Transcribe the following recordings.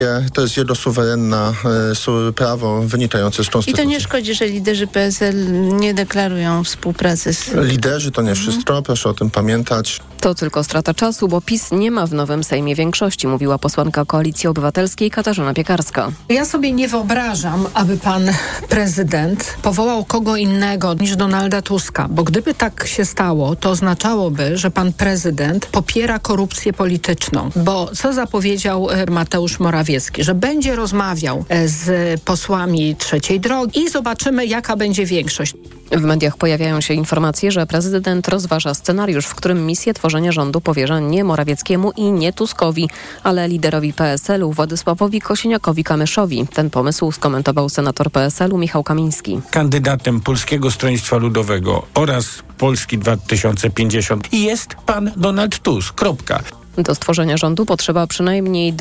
To jest jego suwerenne prawo wynikające z konstytucji. I to nie szkodzi, że liderzy PSL nie deklarują współpracy z... Liderzy to nie wszystko, proszę o tym pamiętać. To tylko strata czasu, bo PiS nie ma w nowym Sejmie większości, mówiła posłanka Koalicji Obywatelskiej Katarzyna Piekarska. Ja sobie nie wyobrażam, aby pan prezydent powołał kogo innego niż Donalda Tuska, bo gdyby tak się stało, to oznaczałoby, że pan prezydent popiera korupcję polityczną, bo co zapowiedział Mateusz Morawiecki, że będzie rozmawiał z posłami Trzeciej Drogi i zobaczymy, jaka będzie większość. W mediach pojawiają się informacje, że prezydent rozważa scenariusz, w którym misję tworzenia rządu powierza nie Morawieckiemu i nie Tuskowi, ale liderowi PSL-u Władysławowi Kosiniakowi-Kamyszowi. Ten pomysł skomentował senator PSL-u Michał Kamiński. Kandydatem Polskiego Stronnictwa Ludowego oraz Polski 2050 jest pan Donald Tusk. Kropka. Do stworzenia rządu potrzeba przynajmniej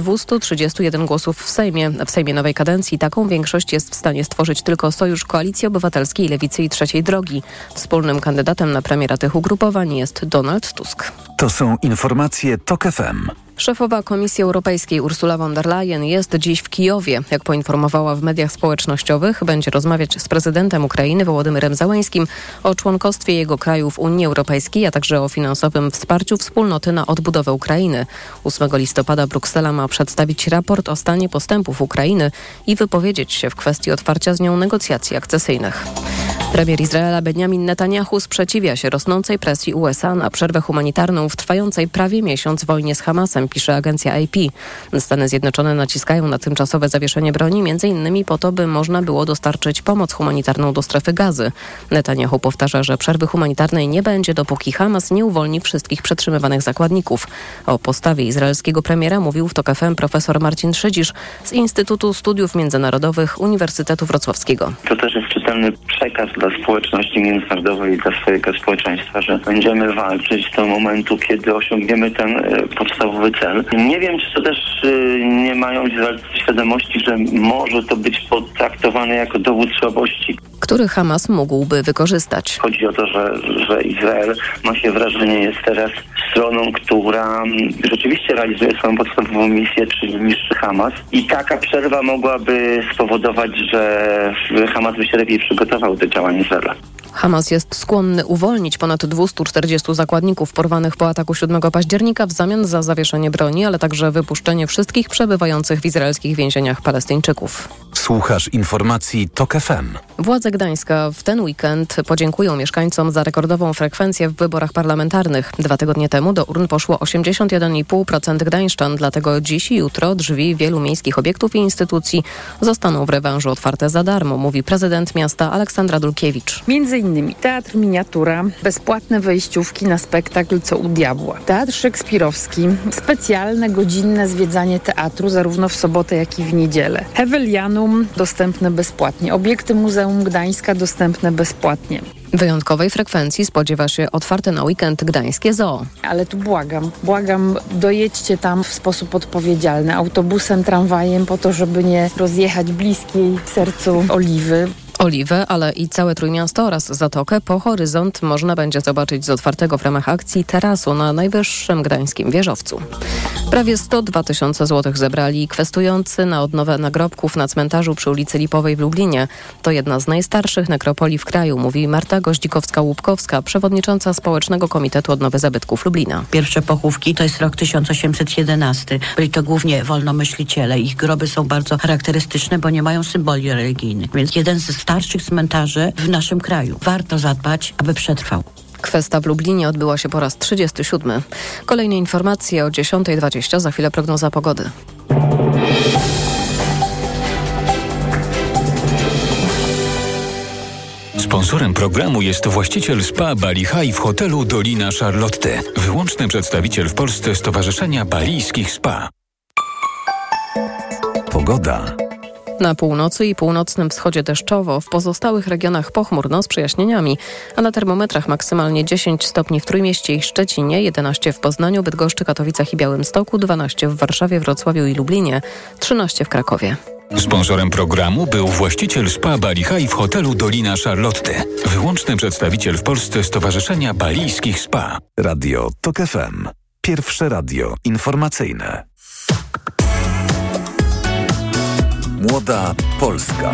231 głosów w Sejmie. W Sejmie nowej kadencji taką większość jest w stanie stworzyć tylko Sojusz Koalicji Obywatelskiej, Lewicy i Trzeciej Drogi. Wspólnym kandydatem na premiera tych ugrupowań jest Donald Tusk. To są informacje TOK FM. Szefowa Komisji Europejskiej Ursula von der Leyen jest dziś w Kijowie. Jak poinformowała w mediach społecznościowych, będzie rozmawiać z prezydentem Ukrainy Wołodymyrem Zełeńskim o członkostwie jego kraju w Unii Europejskiej, a także o finansowym wsparciu wspólnoty na odbudowę Ukrainy. 8 listopada Bruksela ma przedstawić raport o stanie postępów Ukrainy i wypowiedzieć się w kwestii otwarcia z nią negocjacji akcesyjnych. Premier Izraela Benjamin Netanyahu sprzeciwia się rosnącej presji USA na przerwę humanitarną w trwającej prawie miesiąc wojnie z Hamasem, pisze agencja AP. Stany Zjednoczone naciskają na tymczasowe zawieszenie broni, m.in. po to, by można było dostarczyć pomoc humanitarną do strefy Gazy. Netanyahu powtarza, że przerwy humanitarnej nie będzie, dopóki Hamas nie uwolni wszystkich przetrzymywanych zakładników. O postawie izraelskiego premiera mówił w TOK FM profesor Marcin Szydzisz z Instytutu Studiów Międzynarodowych Uniwersytetu Wrocławskiego. To też jest czytelny przekaz dla społeczności międzynarodowej i dla swojego społeczeństwa, że będziemy walczyć do momentu, kiedy osiągniemy ten podstawowy cel. Nie wiem, czy to też nie mają Izraelcy świadomości, że może to być potraktowane jako dowód słabości, który Hamas mógłby wykorzystać. Chodzi o to, że Izrael, ma się wrażenie, jest teraz stroną, która rzeczywiście realizuje swoją podstawową misję, czyli niszczy Hamas. I taka przerwa mogłaby spowodować, że Hamas by się lepiej przygotował do działań Izraela. Hamas jest skłonny uwolnić ponad 240 zakładników porwanych po ataku 7 października w zamian za zawieszenie broni, ale także wypuszczenie wszystkich przebywających w izraelskich więzieniach Palestyńczyków. Słuchasz informacji TOK FM. Władze Gdańska w ten weekend podziękują mieszkańcom za rekordową frekwencję w wyborach parlamentarnych. 2 tygodnie temu do urn poszło 81,5% gdańszczan, dlatego dziś i jutro drzwi wielu miejskich obiektów i instytucji zostaną w rewanżu otwarte za darmo, mówi prezydent miasta Aleksandra Dulkiewicz. Między innymi Teatr Miniatura, bezpłatne wejściówki na spektakl Co u diabła, Teatr Szekspirowski, specjalne godzinne zwiedzanie teatru zarówno w sobotę, jak i w niedzielę. Hewelianum dostępne bezpłatnie, obiekty Muzeum Gdańska dostępne bezpłatnie. Wyjątkowej frekwencji spodziewa się otwarte na weekend gdańskie zoo. Ale tu błagam, dojedźcie tam w sposób odpowiedzialny, autobusem, tramwajem, po to, żeby nie rozjechać bliskiej sercu Oliwy, ale i całe Trójmiasto oraz Zatokę po horyzont można będzie zobaczyć z otwartego w ramach akcji terasu na najwyższym gdańskim wieżowcu. Prawie 102 tysiące złotych zebrali kwestujący na odnowę nagrobków na cmentarzu przy ulicy Lipowej w Lublinie. To jedna z najstarszych nekropolii w kraju, mówi Marta Goździkowska-Łupkowska, przewodnicząca Społecznego Komitetu Odnowy Zabytków Lublina. Pierwsze pochówki to jest rok 1811. Byli to głównie wolnomyśliciele. Ich groby są bardzo charakterystyczne, bo nie mają symboli religijnych. Więc jeden ze starszych cmentarzy w naszym kraju. Warto zadbać, aby przetrwał. Kwesta w Lublinie odbyła się po raz 37. Kolejne informacje o 10:20, za chwilę prognoza pogody. Sponsorem programu jest właściciel spa Bali High w hotelu Dolina Charlotte. Wyłączny przedstawiciel w Polsce Stowarzyszenia Balijskich Spa. Pogoda. Na północy i północnym wschodzie deszczowo, w pozostałych regionach pochmurno z przejaśnieniami, a na termometrach maksymalnie 10 stopni w Trójmieście i Szczecinie, 11 w Poznaniu, Bydgoszczy, Katowicach i Białymstoku, 12 w Warszawie, Wrocławiu i Lublinie, 13 w Krakowie. Sponsorem programu był właściciel spa Bali High w hotelu Dolina Charlotte. Wyłączny przedstawiciel w Polsce Stowarzyszenia Balijskich Spa. Radio TOK FM. Pierwsze radio informacyjne. Młoda Polska.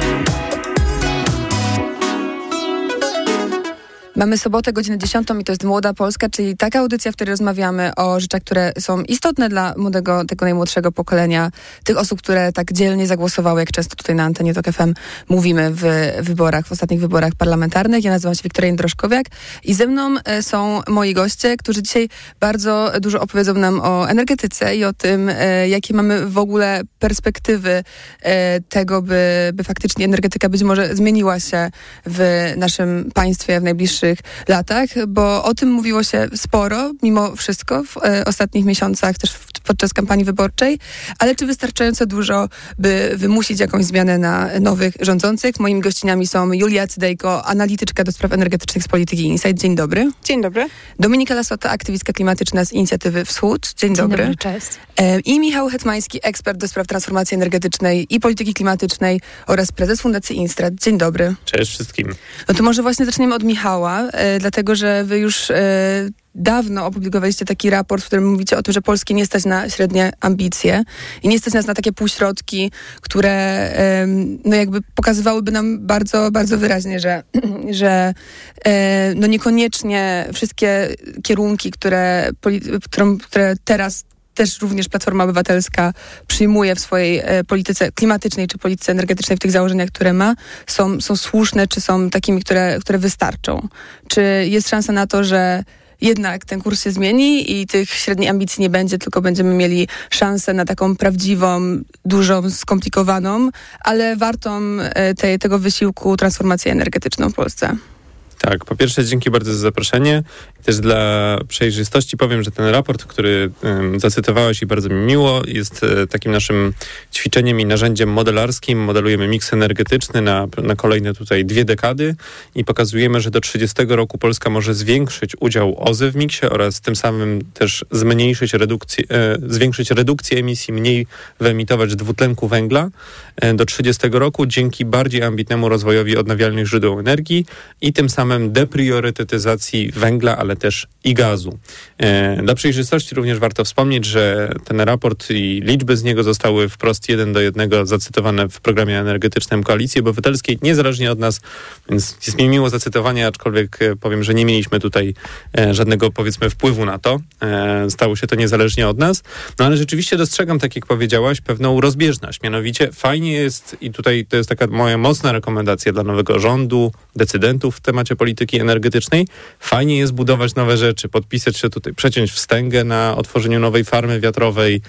Mamy sobotę, godzinę 10 i to jest Młoda Polska, czyli taka audycja, w której rozmawiamy o rzeczach, które są istotne dla młodego, tego najmłodszego pokolenia, tych osób, które tak dzielnie zagłosowały, jak często tutaj na antenie TOK FM mówimy w ostatnich wyborach parlamentarnych. Ja nazywam się Wiktoria Jędroszkowiak i ze mną są moi goście, którzy dzisiaj bardzo dużo opowiedzą nam o energetyce i o tym, jakie mamy w ogóle perspektywy tego, by faktycznie energetyka być może zmieniła się w naszym państwie w najbliższych latach, bo o tym mówiło się sporo, mimo wszystko w ostatnich miesiącach, też podczas kampanii wyborczej, ale czy wystarczająco dużo, by wymusić jakąś zmianę na nowych rządzących? Moimi gościnami są Julia Cydejko, analityczka do spraw energetycznych z Polityki Insight. Dzień dobry. Dzień dobry. Dominika Lasota, aktywistka klimatyczna z Inicjatywy Wschód. Dzień dobry. Dzień dobry, cześć. I Michał Hetmański, ekspert do spraw transformacji energetycznej i polityki klimatycznej oraz prezes Fundacji Instrat. Dzień dobry. Cześć wszystkim. No to może właśnie zaczniemy od Michała, dlatego że wy już dawno opublikowaliście taki raport, w którym mówicie o tym, że Polskę nie stać na średnie ambicje i nie stać nas na takie półśrodki, które no jakby pokazywałyby nam bardzo, bardzo wyraźnie, że no niekoniecznie wszystkie kierunki, które teraz też również Platforma Obywatelska przyjmuje w swojej polityce klimatycznej czy polityce energetycznej w tych założeniach, które ma, są słuszne, czy są takimi, które wystarczą. Czy jest szansa na to, że jednak ten kurs się zmieni i tych średnich ambicji nie będzie, tylko będziemy mieli szansę na taką prawdziwą, dużą, skomplikowaną, ale wartą tego wysiłku transformację energetyczną w Polsce? Tak, po pierwsze dzięki bardzo za zaproszenie. I też dla przejrzystości powiem, że ten raport, który zacytowałeś i bardzo mi miło, jest takim naszym ćwiczeniem i narzędziem modelarskim. Modelujemy miks energetyczny na kolejne tutaj 2 dekady i pokazujemy, że do 30 roku Polska może zwiększyć udział OZE w miksie oraz tym samym też zwiększyć redukcję emisji, mniej wyemitować dwutlenku węgla do 30 roku dzięki bardziej ambitnemu rozwojowi odnawialnych źródeł energii i tym samym depriorytetyzacji węgla, ale też i gazu. Dla przejrzystości również warto wspomnieć, że ten raport i liczby z niego zostały wprost 1 do 1 zacytowane w programie energetycznym Koalicji Obywatelskiej, niezależnie od nas, więc jest mi miło zacytowanie, aczkolwiek powiem, że nie mieliśmy tutaj żadnego, powiedzmy, wpływu na to. Stało się to niezależnie od nas. No ale rzeczywiście dostrzegam, tak jak powiedziałaś, pewną rozbieżność. Mianowicie fajnie jest, i tutaj to jest taka moja mocna rekomendacja dla nowego rządu, decydentów w temacie polityki energetycznej, fajnie jest budować nowe rzeczy, podpisać się tutaj, przeciąć wstęgę na otworzeniu nowej farmy wiatrowej,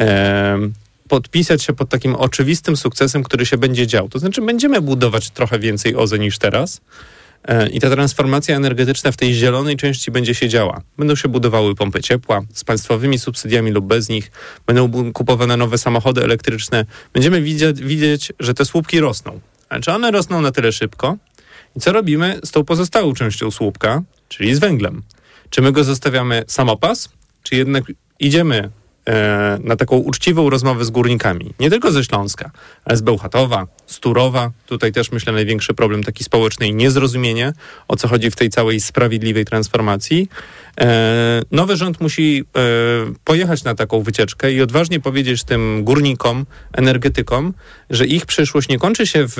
podpisać się pod takim oczywistym sukcesem, który się będzie dział. To znaczy będziemy budować trochę więcej OZE niż teraz i ta transformacja energetyczna w tej zielonej części będzie się działa. Będą się budowały pompy ciepła z państwowymi subsydiami lub bez nich, będą kupowane nowe samochody elektryczne. Będziemy widzieć, że te słupki rosną. Ale czy one rosną na tyle szybko? I co robimy z tą pozostałą częścią słupka, czyli z węglem? Czy my go zostawiamy samopas, czy jednak idziemy na taką uczciwą rozmowę z górnikami? Nie tylko ze Śląska, ale z Bełchatowa, z Turowa. Tutaj też myślę największy problem taki społeczny i niezrozumienie, o co chodzi w tej całej sprawiedliwej transformacji. Nowy rząd musi pojechać na taką wycieczkę i odważnie powiedzieć tym górnikom, energetykom, że ich przyszłość nie kończy się w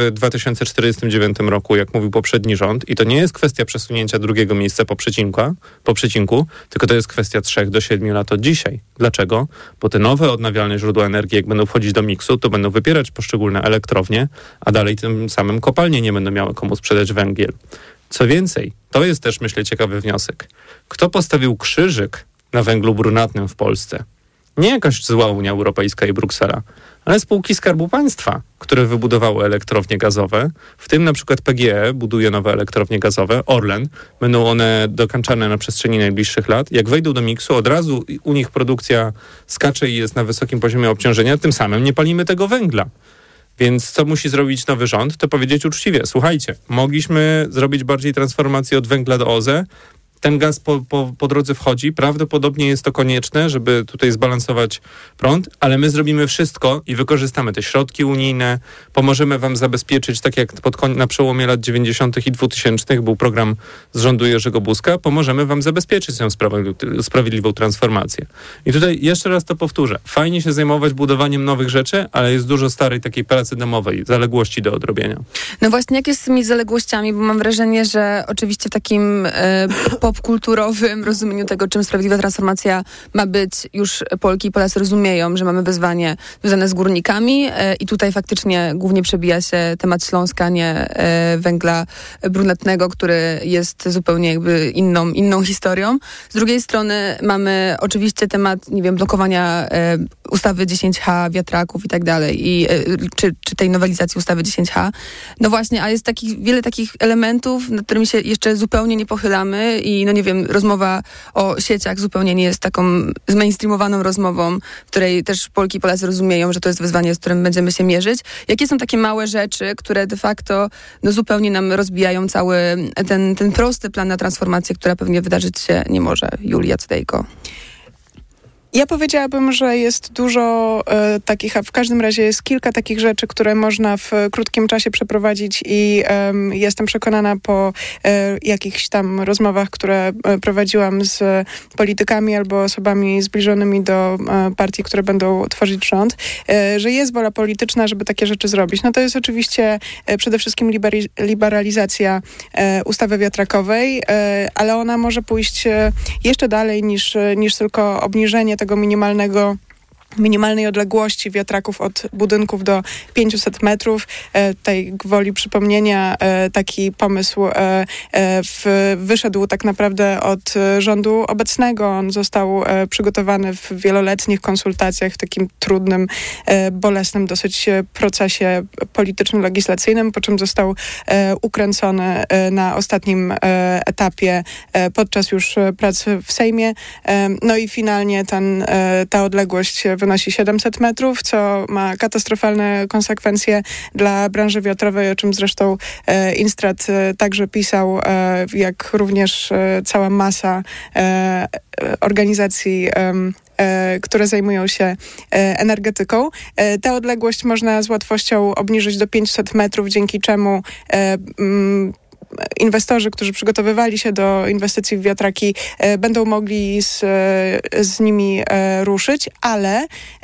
2049 roku, jak mówił poprzedni rząd, i to nie jest kwestia przesunięcia drugiego miejsca po przecinku, tylko to jest kwestia 3 do 7 lat od dzisiaj. Dlaczego? Bo te nowe odnawialne źródła energii, jak będą wchodzić do miksu, to będą wypierać poszczególne elektrownie, a dalej tym samym kopalnie nie będą miały komu sprzedać węgiel. Co więcej, to jest też, myślę, ciekawy wniosek. Kto postawił krzyżyk na węglu brunatnym w Polsce? Nie jakaś zła Unia Europejska i Bruksela, ale spółki Skarbu Państwa, które wybudowały elektrownie gazowe, w tym na przykład PGE buduje nowe elektrownie gazowe, Orlen, będą one dokończane na przestrzeni najbliższych lat. Jak wejdą do miksu, od razu u nich produkcja skacze i jest na wysokim poziomie obciążenia, tym samym nie palimy tego węgla. Więc co musi zrobić nowy rząd? To powiedzieć uczciwie, słuchajcie, mogliśmy zrobić bardziej transformację od węgla do OZE, ten gaz po drodze wchodzi. Prawdopodobnie jest to konieczne, żeby tutaj zbalansować prąd, ale my zrobimy wszystko i wykorzystamy te środki unijne, pomożemy wam zabezpieczyć, tak jak na przełomie lat 90. i 2000 był program z rządu Jerzego Buzka, pomożemy wam zabezpieczyć tę sprawiedliwą transformację. I tutaj jeszcze raz to powtórzę. Fajnie się zajmować budowaniem nowych rzeczy, ale jest dużo starej takiej pracy domowej, zaległości do odrobienia. No właśnie, jak jest z tymi zaległościami, bo mam wrażenie, że oczywiście w takim popkulturowym rozumieniu tego, czym sprawiedliwa transformacja ma być, już Polki i Polacy rozumieją, że mamy wyzwanie związane z górnikami i tutaj faktycznie głównie przebija się temat Śląska, nie węgla brunatnego, który jest zupełnie jakby inną historią. Z drugiej strony mamy oczywiście temat, nie wiem, blokowania ustawy 10H, wiatraków i tak dalej, czy tej nowelizacji ustawy 10H. No właśnie, a jest wiele takich elementów, nad którymi się jeszcze zupełnie nie pochylamy i no nie wiem, rozmowa o sieciach zupełnie nie jest taką zmainstreamowaną rozmową, w której też Polki i Polacy rozumieją, że to jest wyzwanie, z którym będziemy się mierzyć. Jakie są takie małe rzeczy, które de facto no zupełnie nam rozbijają cały ten prosty plan na transformację, która pewnie wydarzyć się nie może? Julia Cydejko. Ja powiedziałabym, że jest dużo takich, a w każdym razie jest kilka takich rzeczy, które można w krótkim czasie przeprowadzić i jestem przekonana po jakichś tam rozmowach, które prowadziłam z politykami albo osobami zbliżonymi do partii, które będą tworzyć rząd, że jest wola polityczna, żeby takie rzeczy zrobić. No to jest oczywiście przede wszystkim liberalizacja ustawy wiatrakowej, ale ona może pójść jeszcze dalej niż tylko obniżenie tego minimalnej odległości wiatraków od budynków do 500 metrów. Tutaj gwoli przypomnienia taki pomysł wyszedł tak naprawdę od rządu obecnego. On został przygotowany w wieloletnich konsultacjach, w takim trudnym, bolesnym dosyć procesie polityczno-legislacyjnym, po czym został ukręcony na ostatnim etapie podczas już pracy w Sejmie. No i finalnie ta odległość wynosi 700 metrów, co ma katastrofalne konsekwencje dla branży wiatrowej, o czym zresztą Instrat także pisał, jak również cała masa organizacji, które zajmują się energetyką. Tę odległość można z łatwością obniżyć do 500 metrów, dzięki czemu inwestorzy, którzy przygotowywali się do inwestycji w wiatraki, będą mogli z nimi ruszyć, ale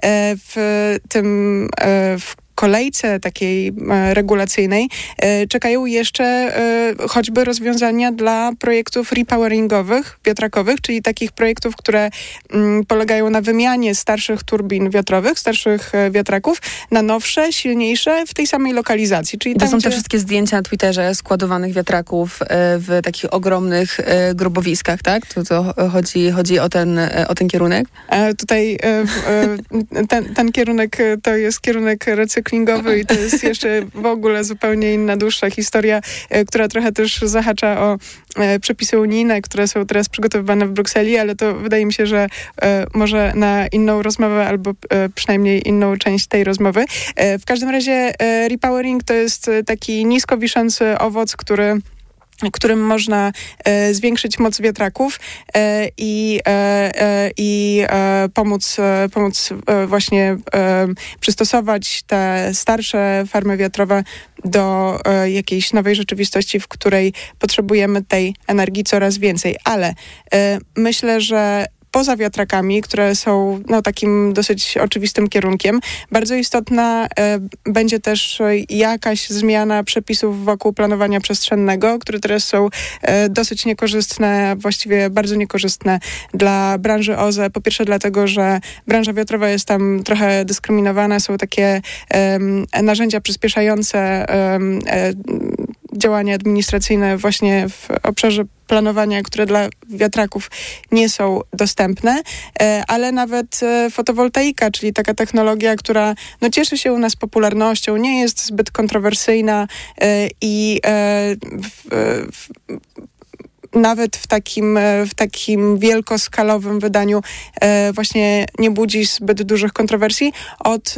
w kolejce takiej regulacyjnej czekają jeszcze choćby rozwiązania dla projektów repoweringowych, wiatrakowych, czyli takich projektów, które polegają na wymianie starszych turbin wiatrowych, starszych wiatraków na nowsze, silniejsze w tej samej lokalizacji. Czyli to są te wszystkie zdjęcia na Twitterze składowanych wiatraków w takich ogromnych grobowiskach, tak? To chodzi o ten kierunek? Tutaj ten kierunek to jest kierunek recyklingowy i to jest jeszcze w ogóle zupełnie inna, dłuższa historia, która trochę też zahacza o przepisy unijne, które są teraz przygotowywane w Brukseli, ale to wydaje mi się, że może na inną rozmowę albo przynajmniej inną część tej rozmowy. W każdym razie repowering to jest taki nisko wiszący owoc, którym można zwiększyć moc wiatraków i pomóc właśnie przystosować te starsze farmy wiatrowe do jakiejś nowej rzeczywistości, w której potrzebujemy tej energii coraz więcej. Ale myślę, że poza wiatrakami, które są takim dosyć oczywistym kierunkiem, bardzo istotna będzie też jakaś zmiana przepisów wokół planowania przestrzennego, które teraz są dosyć niekorzystne, właściwie bardzo niekorzystne dla branży OZE. Po pierwsze dlatego, że branża wiatrowa jest tam trochę dyskryminowana. Są takie narzędzia przyspieszające działania administracyjne właśnie w obszarze planowania, które dla wiatraków nie są dostępne, ale nawet fotowoltaika, czyli taka technologia, która cieszy się u nas popularnością, nie jest zbyt kontrowersyjna i nawet w takim wielkoskalowym wydaniu właśnie nie budzi zbyt dużych kontrowersji. Od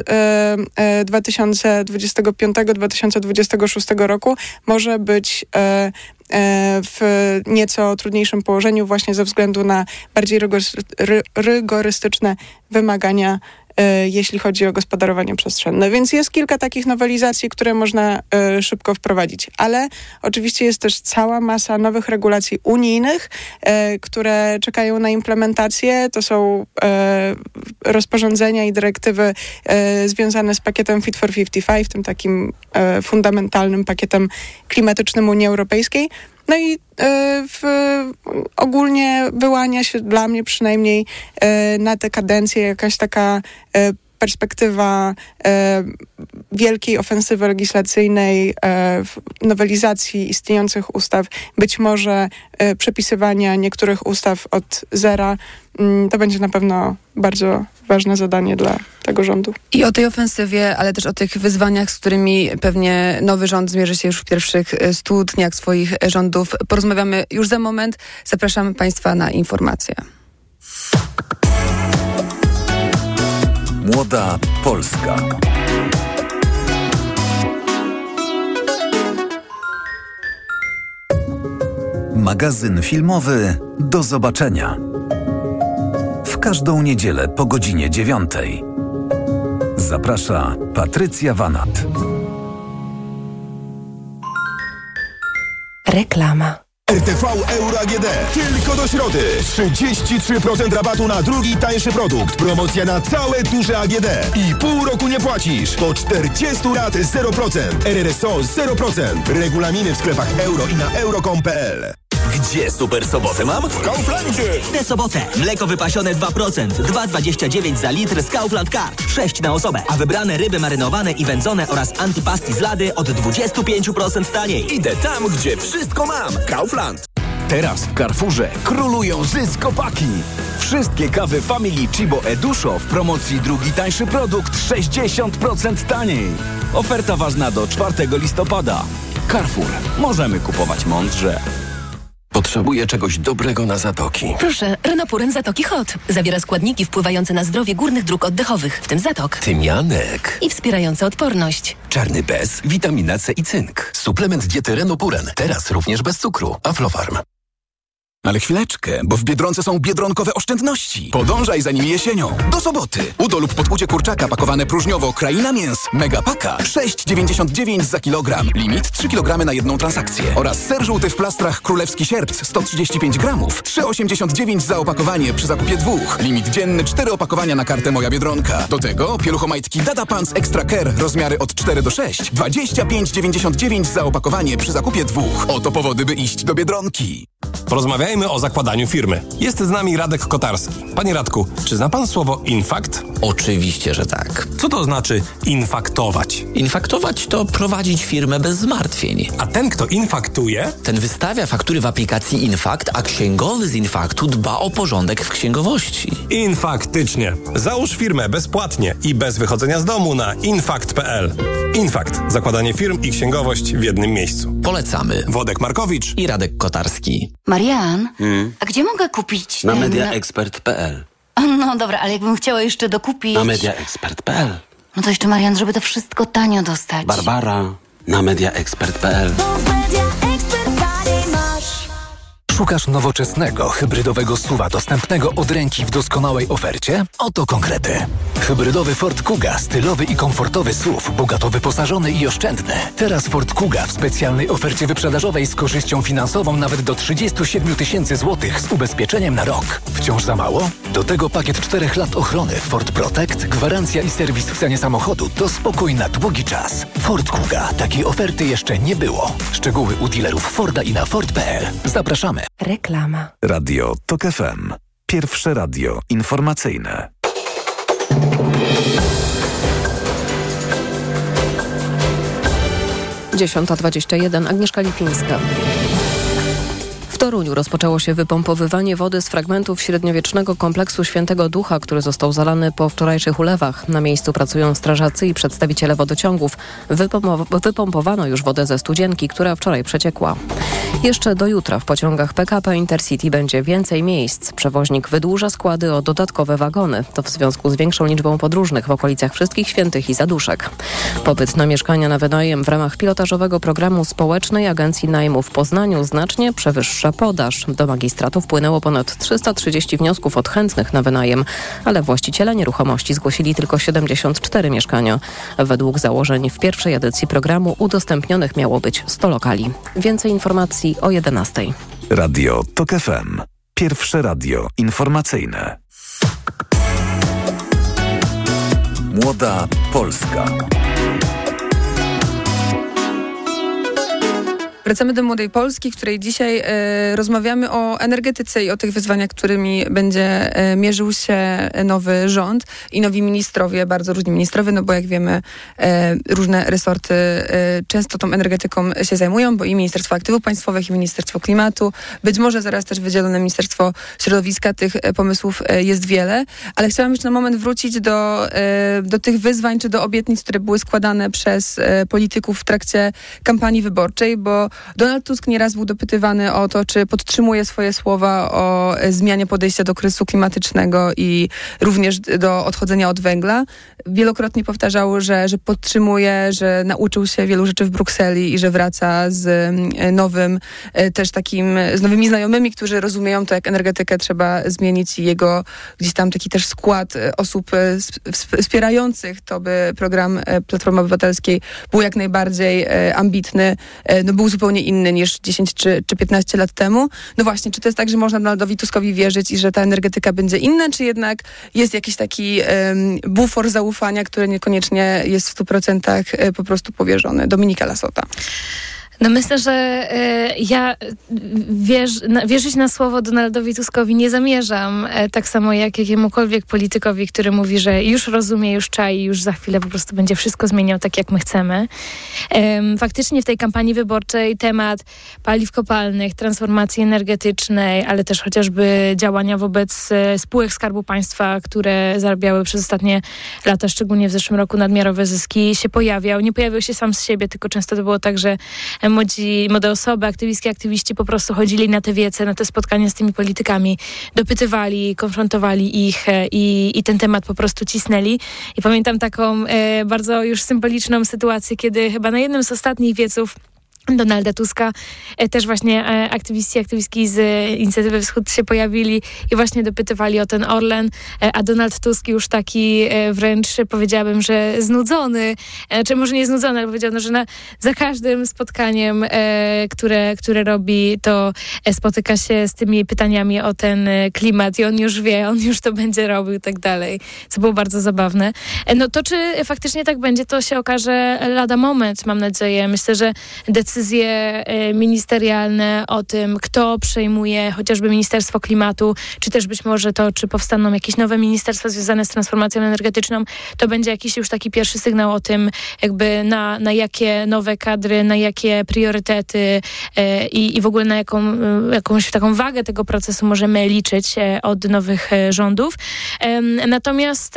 2025-2026 roku może być w nieco trudniejszym położeniu właśnie ze względu na bardziej rygorystyczne wymagania, jeśli chodzi o gospodarowanie przestrzenne. Więc jest kilka takich nowelizacji, które można szybko wprowadzić. Ale oczywiście jest też cała masa nowych regulacji unijnych, które czekają na implementację. To są rozporządzenia i dyrektywy związane z pakietem Fit for 55, tym takim fundamentalnym pakietem klimatycznym Unii Europejskiej. No i ogólnie wyłania się dla mnie przynajmniej na tę kadencję jakaś taka perspektywa wielkiej ofensywy legislacyjnej, nowelizacji istniejących ustaw, być może przepisywania niektórych ustaw od zera. To będzie na pewno bardzo ważne zadanie dla tego rządu. I o tej ofensywie, ale też o tych wyzwaniach, z którymi pewnie nowy rząd zmierzy się już w pierwszych 100 dniach swoich rządów, porozmawiamy już za moment. Zapraszamy Państwa na informacje. Młoda Polska. Magazyn filmowy Do zobaczenia. W każdą niedzielę po godzinie 9. Zaprasza Patrycja Wanat. Reklama. RTV Euro AGD. Tylko do środy. 33% rabatu na drugi tańszy produkt. Promocja na całe duże AGD. I pół roku nie płacisz. Po 40 lat 0%. RRSO 0%. Regulaminy w sklepach euro i na euro.com.pl. Gdzie super sobotę mam? W Kauflandzie! W tę sobotę mleko wypasione 2%, 2,29 za litr z Kaufland Card, 6 na osobę, a wybrane ryby marynowane i wędzone oraz antipasti z lady od 25% taniej. Idę tam, gdzie wszystko mam. Kaufland. Teraz w Carrefourze królują zyskopaki. Wszystkie kawy Family Chibo Eduszo w promocji drugi tańszy produkt 60% taniej. Oferta ważna do 4 listopada. Carrefour. Możemy kupować mądrze. Potrzebuję czegoś dobrego na zatoki. Proszę, Renopuren Zatoki Hot. Zawiera składniki wpływające na zdrowie górnych dróg oddechowych, w tym zatok. Tymianek. I wspierające odporność. Czarny bez, witamina C i cynk. Suplement diety Renopuren. Teraz również bez cukru. Aflofarm. Ale chwileczkę, bo w Biedronce są biedronkowe oszczędności. Podążaj za nimi jesienią. Do soboty. Udo lub podłudzie kurczaka pakowane próżniowo Kraina Mięs. Megapaka 6,99 za kilogram. Limit 3 kg na jedną transakcję. Oraz ser żółty w plastrach Królewski Sierpc 135 gramów. 3,89 za opakowanie przy zakupie 2. Limit dzienny 4 opakowania na kartę Moja Biedronka. Do tego pieluchomajtki Dada Pants Extra Care rozmiary od 4 do 6. 25,99 za opakowanie przy zakupie 2. Oto powody, by iść do Biedronki. Porozmawiajmy o zakładaniu firmy. Jest z nami Radek Kotarski. Panie Radku, czy zna pan słowo infakt? Oczywiście, że tak. Co to znaczy infaktować? Infaktować to prowadzić firmę bez zmartwień. A ten, kto infaktuje? Ten wystawia faktury w aplikacji Infakt, a księgowy z Infaktu dba o porządek w księgowości. Infaktycznie. Załóż firmę bezpłatnie i bez wychodzenia z domu na infakt.pl. Infakt. Zakładanie firm i księgowość w jednym miejscu. Polecamy. Wodek Markowicz i Radek Kotarski. Marian, a gdzie mogę kupić Na mediaexpert.pl. No dobra, ale jakbym chciała jeszcze dokupić... Na mediaexpert.pl. No to jeszcze, Marian, żeby to wszystko tanio dostać. Barbara. Na mediaexpert.pl. Szukasz nowoczesnego, hybrydowego SUV-a dostępnego od ręki w doskonałej ofercie? Oto konkrety. Hybrydowy Ford Kuga, stylowy i komfortowy SUV, bogato wyposażony i oszczędny. Teraz Ford Kuga w specjalnej ofercie wyprzedażowej z korzyścią finansową nawet do 37 000 złotych z ubezpieczeniem na rok. Wciąż za mało? Do tego pakiet 4 lat ochrony Ford Protect, gwarancja i serwis w cenie samochodu to spokój na długi czas. Ford Kuga. Takiej oferty jeszcze nie było. Szczegóły u dealerów Forda i na Ford.pl. Zapraszamy. Reklama. Radio TOK FM. Pierwsze radio informacyjne. 10:21. Agnieszka Lipińska. W Toruniu rozpoczęło się wypompowywanie wody z fragmentów średniowiecznego kompleksu Świętego Ducha, który został zalany po wczorajszych ulewach. Na miejscu pracują strażacy i przedstawiciele wodociągów. Wypompowano już wodę ze studzienki, która wczoraj przeciekła. Jeszcze do jutra w pociągach PKP Intercity będzie więcej miejsc. Przewoźnik wydłuża składy o dodatkowe wagony. To w związku z większą liczbą podróżnych w okolicach Wszystkich Świętych i Zaduszek. Popyt na mieszkania na wynajem w ramach pilotażowego programu Społecznej Agencji Najmu w Poznaniu znacznie przewyższa podaż. Do magistratu wpłynęło ponad 330 wniosków od chętnych na wynajem, ale właściciele nieruchomości zgłosili tylko 74 mieszkania. Według założeń w pierwszej edycji programu udostępnionych miało być 100 lokali. Więcej informacji o 11:00. Radio TOK FM. Pierwsze radio informacyjne. Młoda Polska. Wracamy do Młodej Polski, w której dzisiaj rozmawiamy o energetyce i o tych wyzwaniach, którymi będzie mierzył się nowy rząd i nowi ministrowie, bardzo różni ministrowie, no bo jak wiemy, różne resorty często tą energetyką się zajmują, bo i Ministerstwo Aktywów Państwowych, i Ministerstwo Klimatu, być może zaraz też wydzielone Ministerstwo Środowiska, tych pomysłów jest wiele, ale chciałam jeszcze na moment wrócić do tych wyzwań, czy do obietnic, które były składane przez polityków w trakcie kampanii wyborczej, bo Donald Tusk nieraz był dopytywany o to, czy podtrzymuje swoje słowa o zmianie podejścia do kryzysu klimatycznego i również do odchodzenia od węgla. Wielokrotnie powtarzał, że podtrzymuje, że nauczył się wielu rzeczy w Brukseli i że wraca z nowymi znajomymi, którzy rozumieją to, jak energetykę trzeba zmienić i jego gdzieś tam taki też skład osób wspierających to, by program Platformy Obywatelskiej był jak najbardziej ambitny, był zupełnie inny niż 10 czy 15 lat temu. No właśnie, czy to jest tak, że można Donaldowi Tuskowi wierzyć i że ta energetyka będzie inna, czy jednak jest jakiś taki bufor zaufania, który niekoniecznie jest w 100% po prostu powierzony? Dominika Lasota. No myślę, że ja wierzyć na słowo Donaldowi Tuskowi nie zamierzam, tak samo jak jakiemukolwiek politykowi, który mówi, że już rozumie, już czai, już za chwilę po prostu będzie wszystko zmieniał tak, jak my chcemy. Faktycznie w tej kampanii wyborczej temat paliw kopalnych, transformacji energetycznej, ale też chociażby działania wobec spółek Skarbu Państwa, które zarabiały przez ostatnie lata, szczególnie w zeszłym roku, nadmiarowe zyski, się pojawiał. Nie pojawił się sam z siebie, tylko często to było tak, że młode osoby, aktywistki, aktywiści po prostu chodzili na te wiece, na te spotkania z tymi politykami, dopytywali, konfrontowali ich i ten temat po prostu cisnęli. I pamiętam taką bardzo już symboliczną sytuację, kiedy chyba na jednym z ostatnich wieców Donalda Tuska też właśnie aktywistki z Inicjatywy Wschód się pojawili i właśnie dopytywali o ten Orlen, a Donald Tusk już taki wręcz powiedziałabym, że znudzony, czy może nie znudzony, ale powiedział, że za każdym spotkaniem, które robi, to spotyka się z tymi pytaniami o ten klimat i on już wie, on już to będzie robił i tak dalej, co było bardzo zabawne. No to czy faktycznie tak będzie, to się okaże lada moment, mam nadzieję. Myślę, że decyzje ministerialne o tym, kto przejmuje chociażby Ministerstwo Klimatu, czy też być może to, czy powstaną jakieś nowe ministerstwa związane z transformacją energetyczną, to będzie jakiś już taki pierwszy sygnał o tym, jakby na jakie nowe kadry, na jakie priorytety i w ogóle na jakąś taką wagę tego procesu możemy liczyć od nowych rządów. Natomiast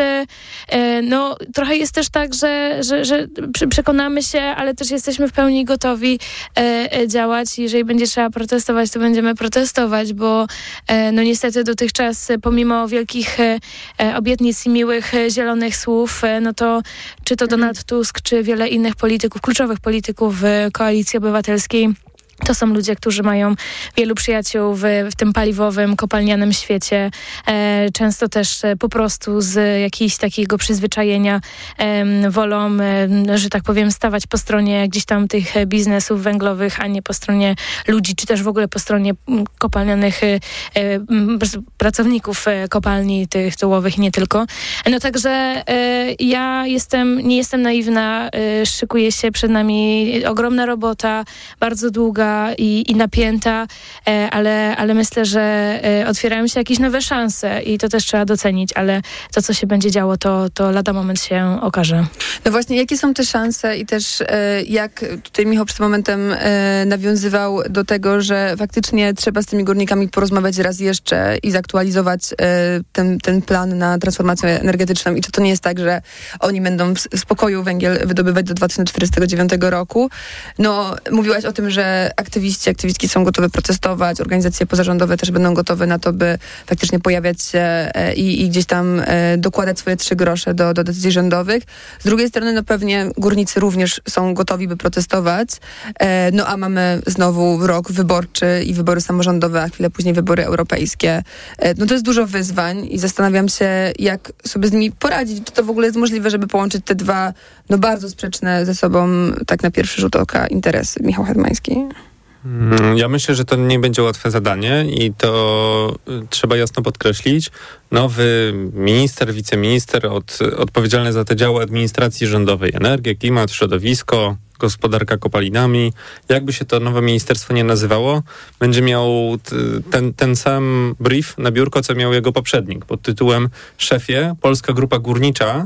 no, trochę jest też tak, że przekonamy się, ale też jesteśmy w pełni gotowi działać. Jeżeli będzie trzeba protestować, to będziemy protestować, bo no niestety dotychczas pomimo wielkich obietnic i miłych zielonych słów, no to czy to Donald Tusk, czy wiele innych polityków, kluczowych polityków Koalicji Obywatelskiej, to są ludzie, którzy mają wielu przyjaciół w tym paliwowym, kopalnianym świecie. Często też po prostu z jakiegoś takiego przyzwyczajenia wolą, że tak powiem, stawać po stronie gdzieś tam tych biznesów węglowych, a nie po stronie ludzi, czy też w ogóle po stronie kopalnianych pracowników kopalni tych dołowych i nie tylko. No także ja nie jestem naiwna. Szykuje się przed nami ogromna robota, bardzo długa, długa i napięta, ale myślę, że otwierają się jakieś nowe szanse i to też trzeba docenić, ale to, co się będzie działo, to lada moment się okaże. No właśnie, jakie są te szanse i też jak tutaj Michał przed momentem nawiązywał do tego, że faktycznie trzeba z tymi górnikami porozmawiać raz jeszcze i zaktualizować ten plan na transformację energetyczną i czy to nie jest tak, że oni będą w spokoju węgiel wydobywać do 2049 roku. No, mówiłaś o tym, że aktywistki są gotowe protestować, organizacje pozarządowe też będą gotowe na to, by faktycznie pojawiać się i gdzieś tam dokładać swoje 3 grosze do decyzji rządowych. Z drugiej strony, no pewnie górnicy również są gotowi, by protestować. No a mamy znowu rok wyborczy i wybory samorządowe, a chwilę później wybory europejskie. No to jest dużo wyzwań i zastanawiam się, jak sobie z nimi poradzić. Czy to w ogóle jest możliwe, żeby połączyć te dwa, no bardzo sprzeczne ze sobą, tak na pierwszy rzut oka, interesy? Michał Hetmański. Ja myślę, że to nie będzie łatwe zadanie i to trzeba jasno podkreślić. Nowy minister, wiceminister odpowiedzialny za te działy administracji rządowej, energię, klimat, środowisko, gospodarka kopalinami, jakby się to nowe ministerstwo nie nazywało, będzie miał ten sam brief na biurko, co miał jego poprzednik pod tytułem Szefie, Polska Grupa Górnicza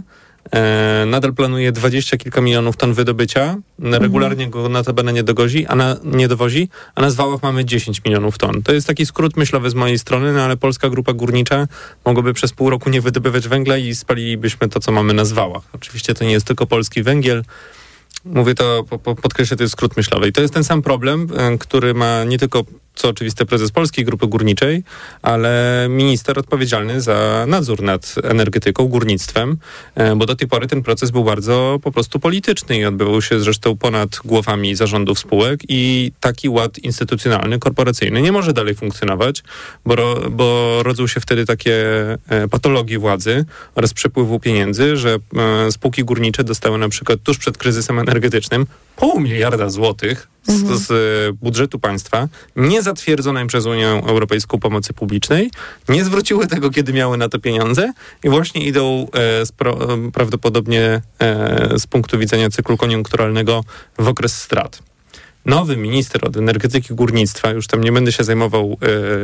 nadal planuje 20 kilka milionów ton wydobycia, regularnie go notabene nie dowozi, a na zwałach mamy 10 milionów ton. To jest taki skrót myślowy z mojej strony, no ale Polska Grupa Górnicza mogłaby przez pół roku nie wydobywać węgla i spalilibyśmy to, co mamy na zwałach. Oczywiście to nie jest tylko polski węgiel. Mówię to, podkreślę, to jest skrót myślowy. I to jest ten sam problem, który ma nie tylko, co oczywiste, prezes Polskiej Grupy Górniczej, ale minister odpowiedzialny za nadzór nad energetyką, górnictwem, bo do tej pory ten proces był bardzo po prostu polityczny i odbywał się zresztą ponad głowami zarządów spółek i taki ład instytucjonalny, korporacyjny nie może dalej funkcjonować, bo rodzą się wtedy takie patologie władzy oraz przepływu pieniędzy, że spółki górnicze dostały na przykład tuż przed kryzysem energetycznym 0,5 miliarda złotych z budżetu państwa, nie zatwierdzonej przez Unię Europejską pomocy publicznej, nie zwróciły tego, kiedy miały na to pieniądze i właśnie idą prawdopodobnie z punktu widzenia cyklu koniunkturalnego w okres strat. Nowy minister od energetyki górnictwa, już tam nie będę się zajmował,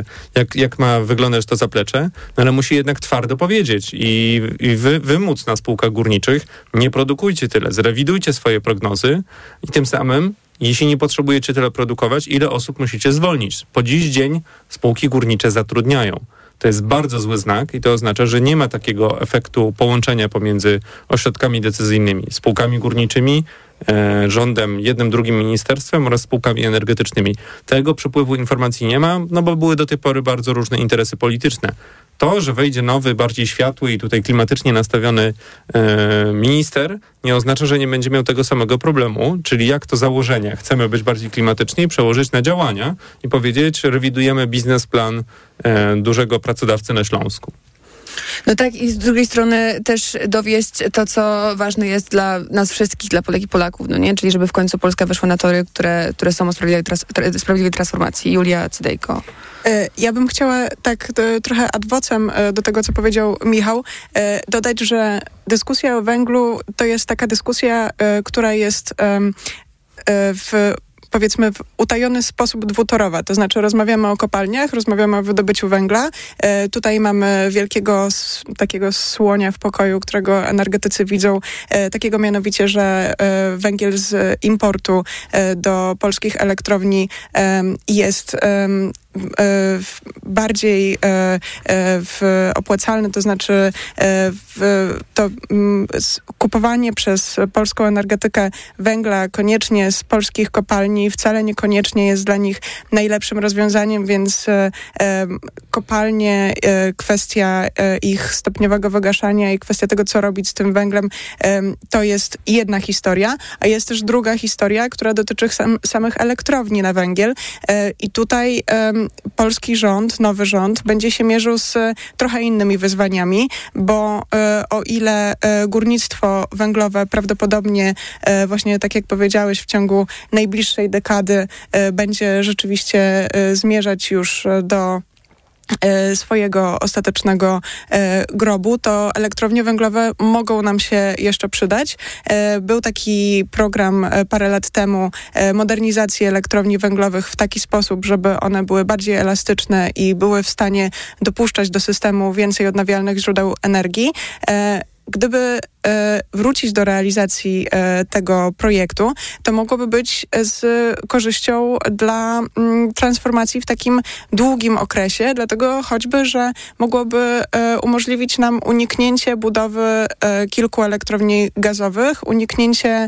jak ma wyglądać to zaplecze, no ale musi jednak twardo powiedzieć i wymóc na spółkach górniczych, nie produkujcie tyle, zrewidujcie swoje prognozy i tym samym, jeśli nie potrzebujecie tyle produkować, ile osób musicie zwolnić. Po dziś dzień spółki górnicze zatrudniają. To jest bardzo zły znak i to oznacza, że nie ma takiego efektu połączenia pomiędzy ośrodkami decyzyjnymi, spółkami górniczymi, rządem, jednym, drugim ministerstwem oraz spółkami energetycznymi. Tego przepływu informacji nie ma, no bo były do tej pory bardzo różne interesy polityczne. To, że wejdzie nowy, bardziej światły i tutaj klimatycznie nastawiony minister, nie oznacza, że nie będzie miał tego samego problemu, czyli jak to założenie chcemy być bardziej klimatyczni, przełożyć na działania i powiedzieć, rewidujemy biznesplan dużego pracodawcy na Śląsku. No tak, i z drugiej strony też dowieść to, co ważne jest dla nas wszystkich, dla Polek i Polaków, no nie? Czyli żeby w końcu Polska weszła na tory, które są o sprawiedliwej transformacji. Julia Cydejko. Ja bym chciała tak trochę ad vocem do tego, co powiedział Michał, dodać, że dyskusja o węglu to jest taka dyskusja, która jest powiedzmy w utajony sposób dwutorowa. To znaczy rozmawiamy o kopalniach, rozmawiamy o wydobyciu węgla. Tutaj mamy wielkiego takiego słonia w pokoju, którego energetycy widzą, takiego mianowicie, że węgiel z importu do polskich elektrowni jest bardziej opłacalny, to znaczy kupowanie przez polską energetykę węgla koniecznie z polskich kopalni wcale niekoniecznie jest dla nich najlepszym rozwiązaniem, więc kopalnie, kwestia ich stopniowego wygaszania i kwestia tego, co robić z tym węglem, to jest jedna historia, a jest też druga historia, która dotyczy samych elektrowni na węgiel i tutaj polski rząd, nowy rząd będzie się mierzył z trochę innymi wyzwaniami, bo o ile górnictwo węglowe prawdopodobnie właśnie tak jak powiedziałeś w ciągu najbliższej dekady będzie rzeczywiście zmierzać już do swojego ostatecznego grobu, to elektrownie węglowe mogą nam się jeszcze przydać. Był taki program parę lat temu modernizacji elektrowni węglowych w taki sposób, żeby one były bardziej elastyczne i były w stanie dopuszczać do systemu więcej odnawialnych źródeł energii. Gdyby wrócić do realizacji tego projektu, to mogłoby być z korzyścią dla transformacji w takim długim okresie, dlatego choćby, że mogłoby umożliwić nam uniknięcie budowy kilku elektrowni gazowych, uniknięcie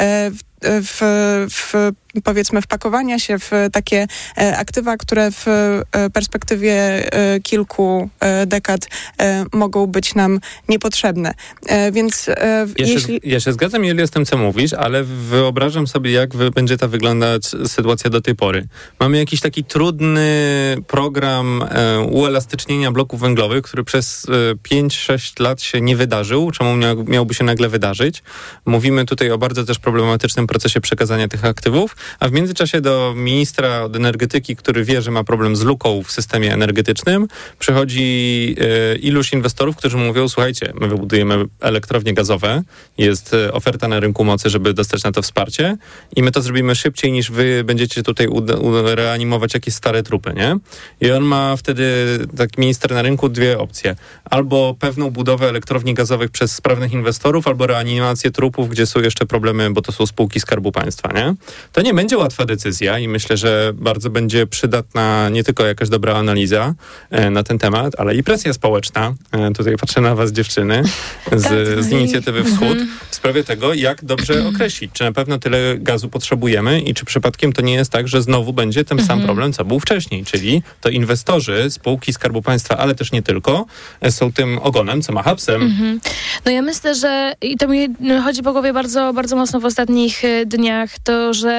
powiedzmy wpakowania się w takie aktywa, które w perspektywie kilku dekad mogą być nam niepotrzebne. Więc Ja się zgadzam, Julia, z tym, co mówisz, ale wyobrażam sobie, jak będzie ta wyglądać sytuacja do tej pory. Mamy jakiś taki trudny program uelastycznienia bloków węglowych, który przez 5-6 lat się nie wydarzył. Czemu miałby się nagle wydarzyć? Mówimy tutaj o bardzo też problematycznym procesie przekazania tych aktywów, a w międzyczasie do ministra od energetyki, który wie, że ma problem z luką w systemie energetycznym, przychodzi iluś inwestorów, którzy mówią, słuchajcie, my wybudujemy elektrownie gazowe, jest oferta na rynku mocy, żeby dostać na to wsparcie i my to zrobimy szybciej, niż wy będziecie tutaj reanimować jakieś stare trupy, nie? I on ma wtedy, tak minister na rynku, dwie opcje. Albo pewną budowę elektrowni gazowych przez sprawnych inwestorów, albo reanimację trupów, gdzie są jeszcze problemy, bo to są spółki Skarbu Państwa, nie? To nie będzie łatwa decyzja i myślę, że bardzo będzie przydatna nie tylko jakaś dobra analiza na ten temat, ale i presja społeczna. Tutaj patrzę na was, dziewczyny, z inicjatywy Wschód, w sprawie tego, jak dobrze określić, czy na pewno tyle gazu potrzebujemy i czy przypadkiem to nie jest tak, że znowu będzie ten sam problem, co był wcześniej, czyli to inwestorzy, spółki Skarbu Państwa, ale też nie tylko, są tym ogonem, co macha psem. No ja myślę, że i to mi chodzi po głowie bardzo, bardzo mocno w ostatnich dniach, to, że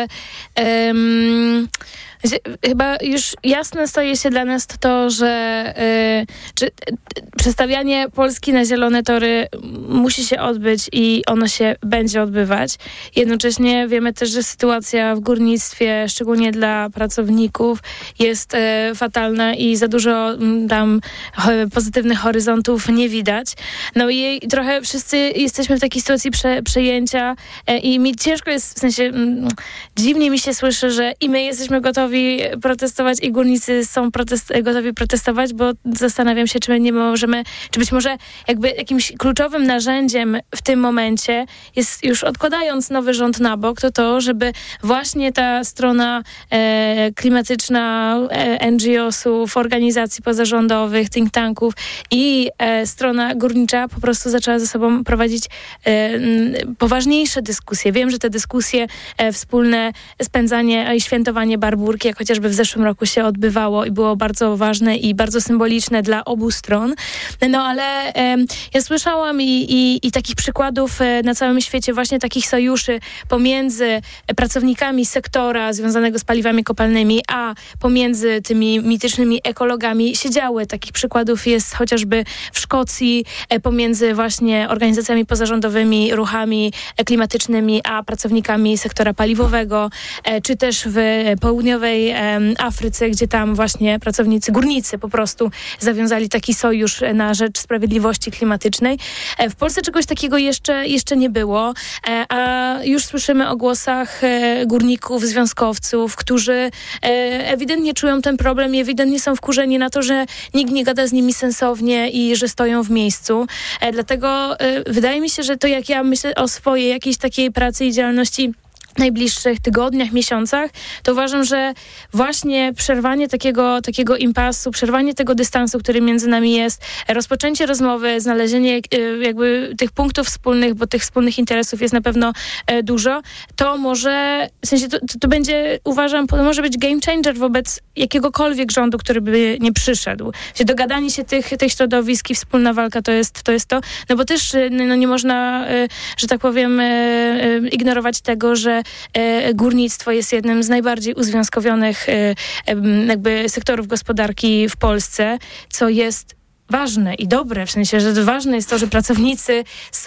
chyba już jasne staje się dla nas to, że przestawianie Polski na zielone tory musi się odbyć i ono się będzie odbywać. Jednocześnie wiemy też, że sytuacja w górnictwie, szczególnie dla pracowników, jest fatalna i za dużo tam pozytywnych horyzontów nie widać. No i trochę wszyscy jesteśmy w takiej sytuacji przejęcia i mi ciężko jest, w sensie dziwnie mi się słyszy, że i my jesteśmy gotowi protestować i górnicy są gotowi protestować, bo zastanawiam się, czy my nie możemy, czy być może jakby jakimś kluczowym narzędziem w tym momencie jest, już odkładając nowy rząd na bok, to, żeby właśnie ta strona klimatyczna NGO-sów, organizacji pozarządowych, think tanków i strona górnicza po prostu zaczęła ze sobą prowadzić poważniejsze dyskusje. Wiem, że te dyskusje wspólne, spędzanie i świętowanie Barburki, jak chociażby w zeszłym roku się odbywało i było bardzo ważne i bardzo symboliczne dla obu stron. No ale ja słyszałam i takich przykładów na całym świecie, właśnie takich sojuszy pomiędzy pracownikami sektora związanego z paliwami kopalnymi, a pomiędzy tymi mitycznymi ekologami się działy. Takich przykładów jest chociażby w Szkocji pomiędzy właśnie organizacjami pozarządowymi, ruchami klimatycznymi, a pracownikami sektora paliwowego, czy też w południowej Afryce, gdzie tam właśnie pracownicy, górnicy po prostu zawiązali taki sojusz na rzecz sprawiedliwości klimatycznej. W Polsce czegoś takiego jeszcze nie było, a już słyszymy o głosach górników, związkowców, którzy ewidentnie czują ten problem i ewidentnie są wkurzeni na to, że nikt nie gada z nimi sensownie i że stoją w miejscu. Dlatego wydaje mi się, że to jak ja myślę o swojej jakiejś takiej pracy i działalności w najbliższych tygodniach, miesiącach, to uważam, że właśnie przerwanie takiego impasu, przerwanie tego dystansu, który między nami jest, rozpoczęcie rozmowy, znalezienie jakby tych punktów wspólnych, bo tych wspólnych interesów jest na pewno dużo, to może, w sensie to będzie, uważam, to może być game changer wobec jakiegokolwiek rządu, który by nie przyszedł. Dogadanie się tych środowisk i wspólna walka to jest to, no bo też nie można, że tak powiem, ignorować tego, że górnictwo jest jednym z najbardziej uzwiązkowionych jakby sektorów gospodarki w Polsce, co jest ważne i dobre, w sensie, że ważne jest to, że pracownicy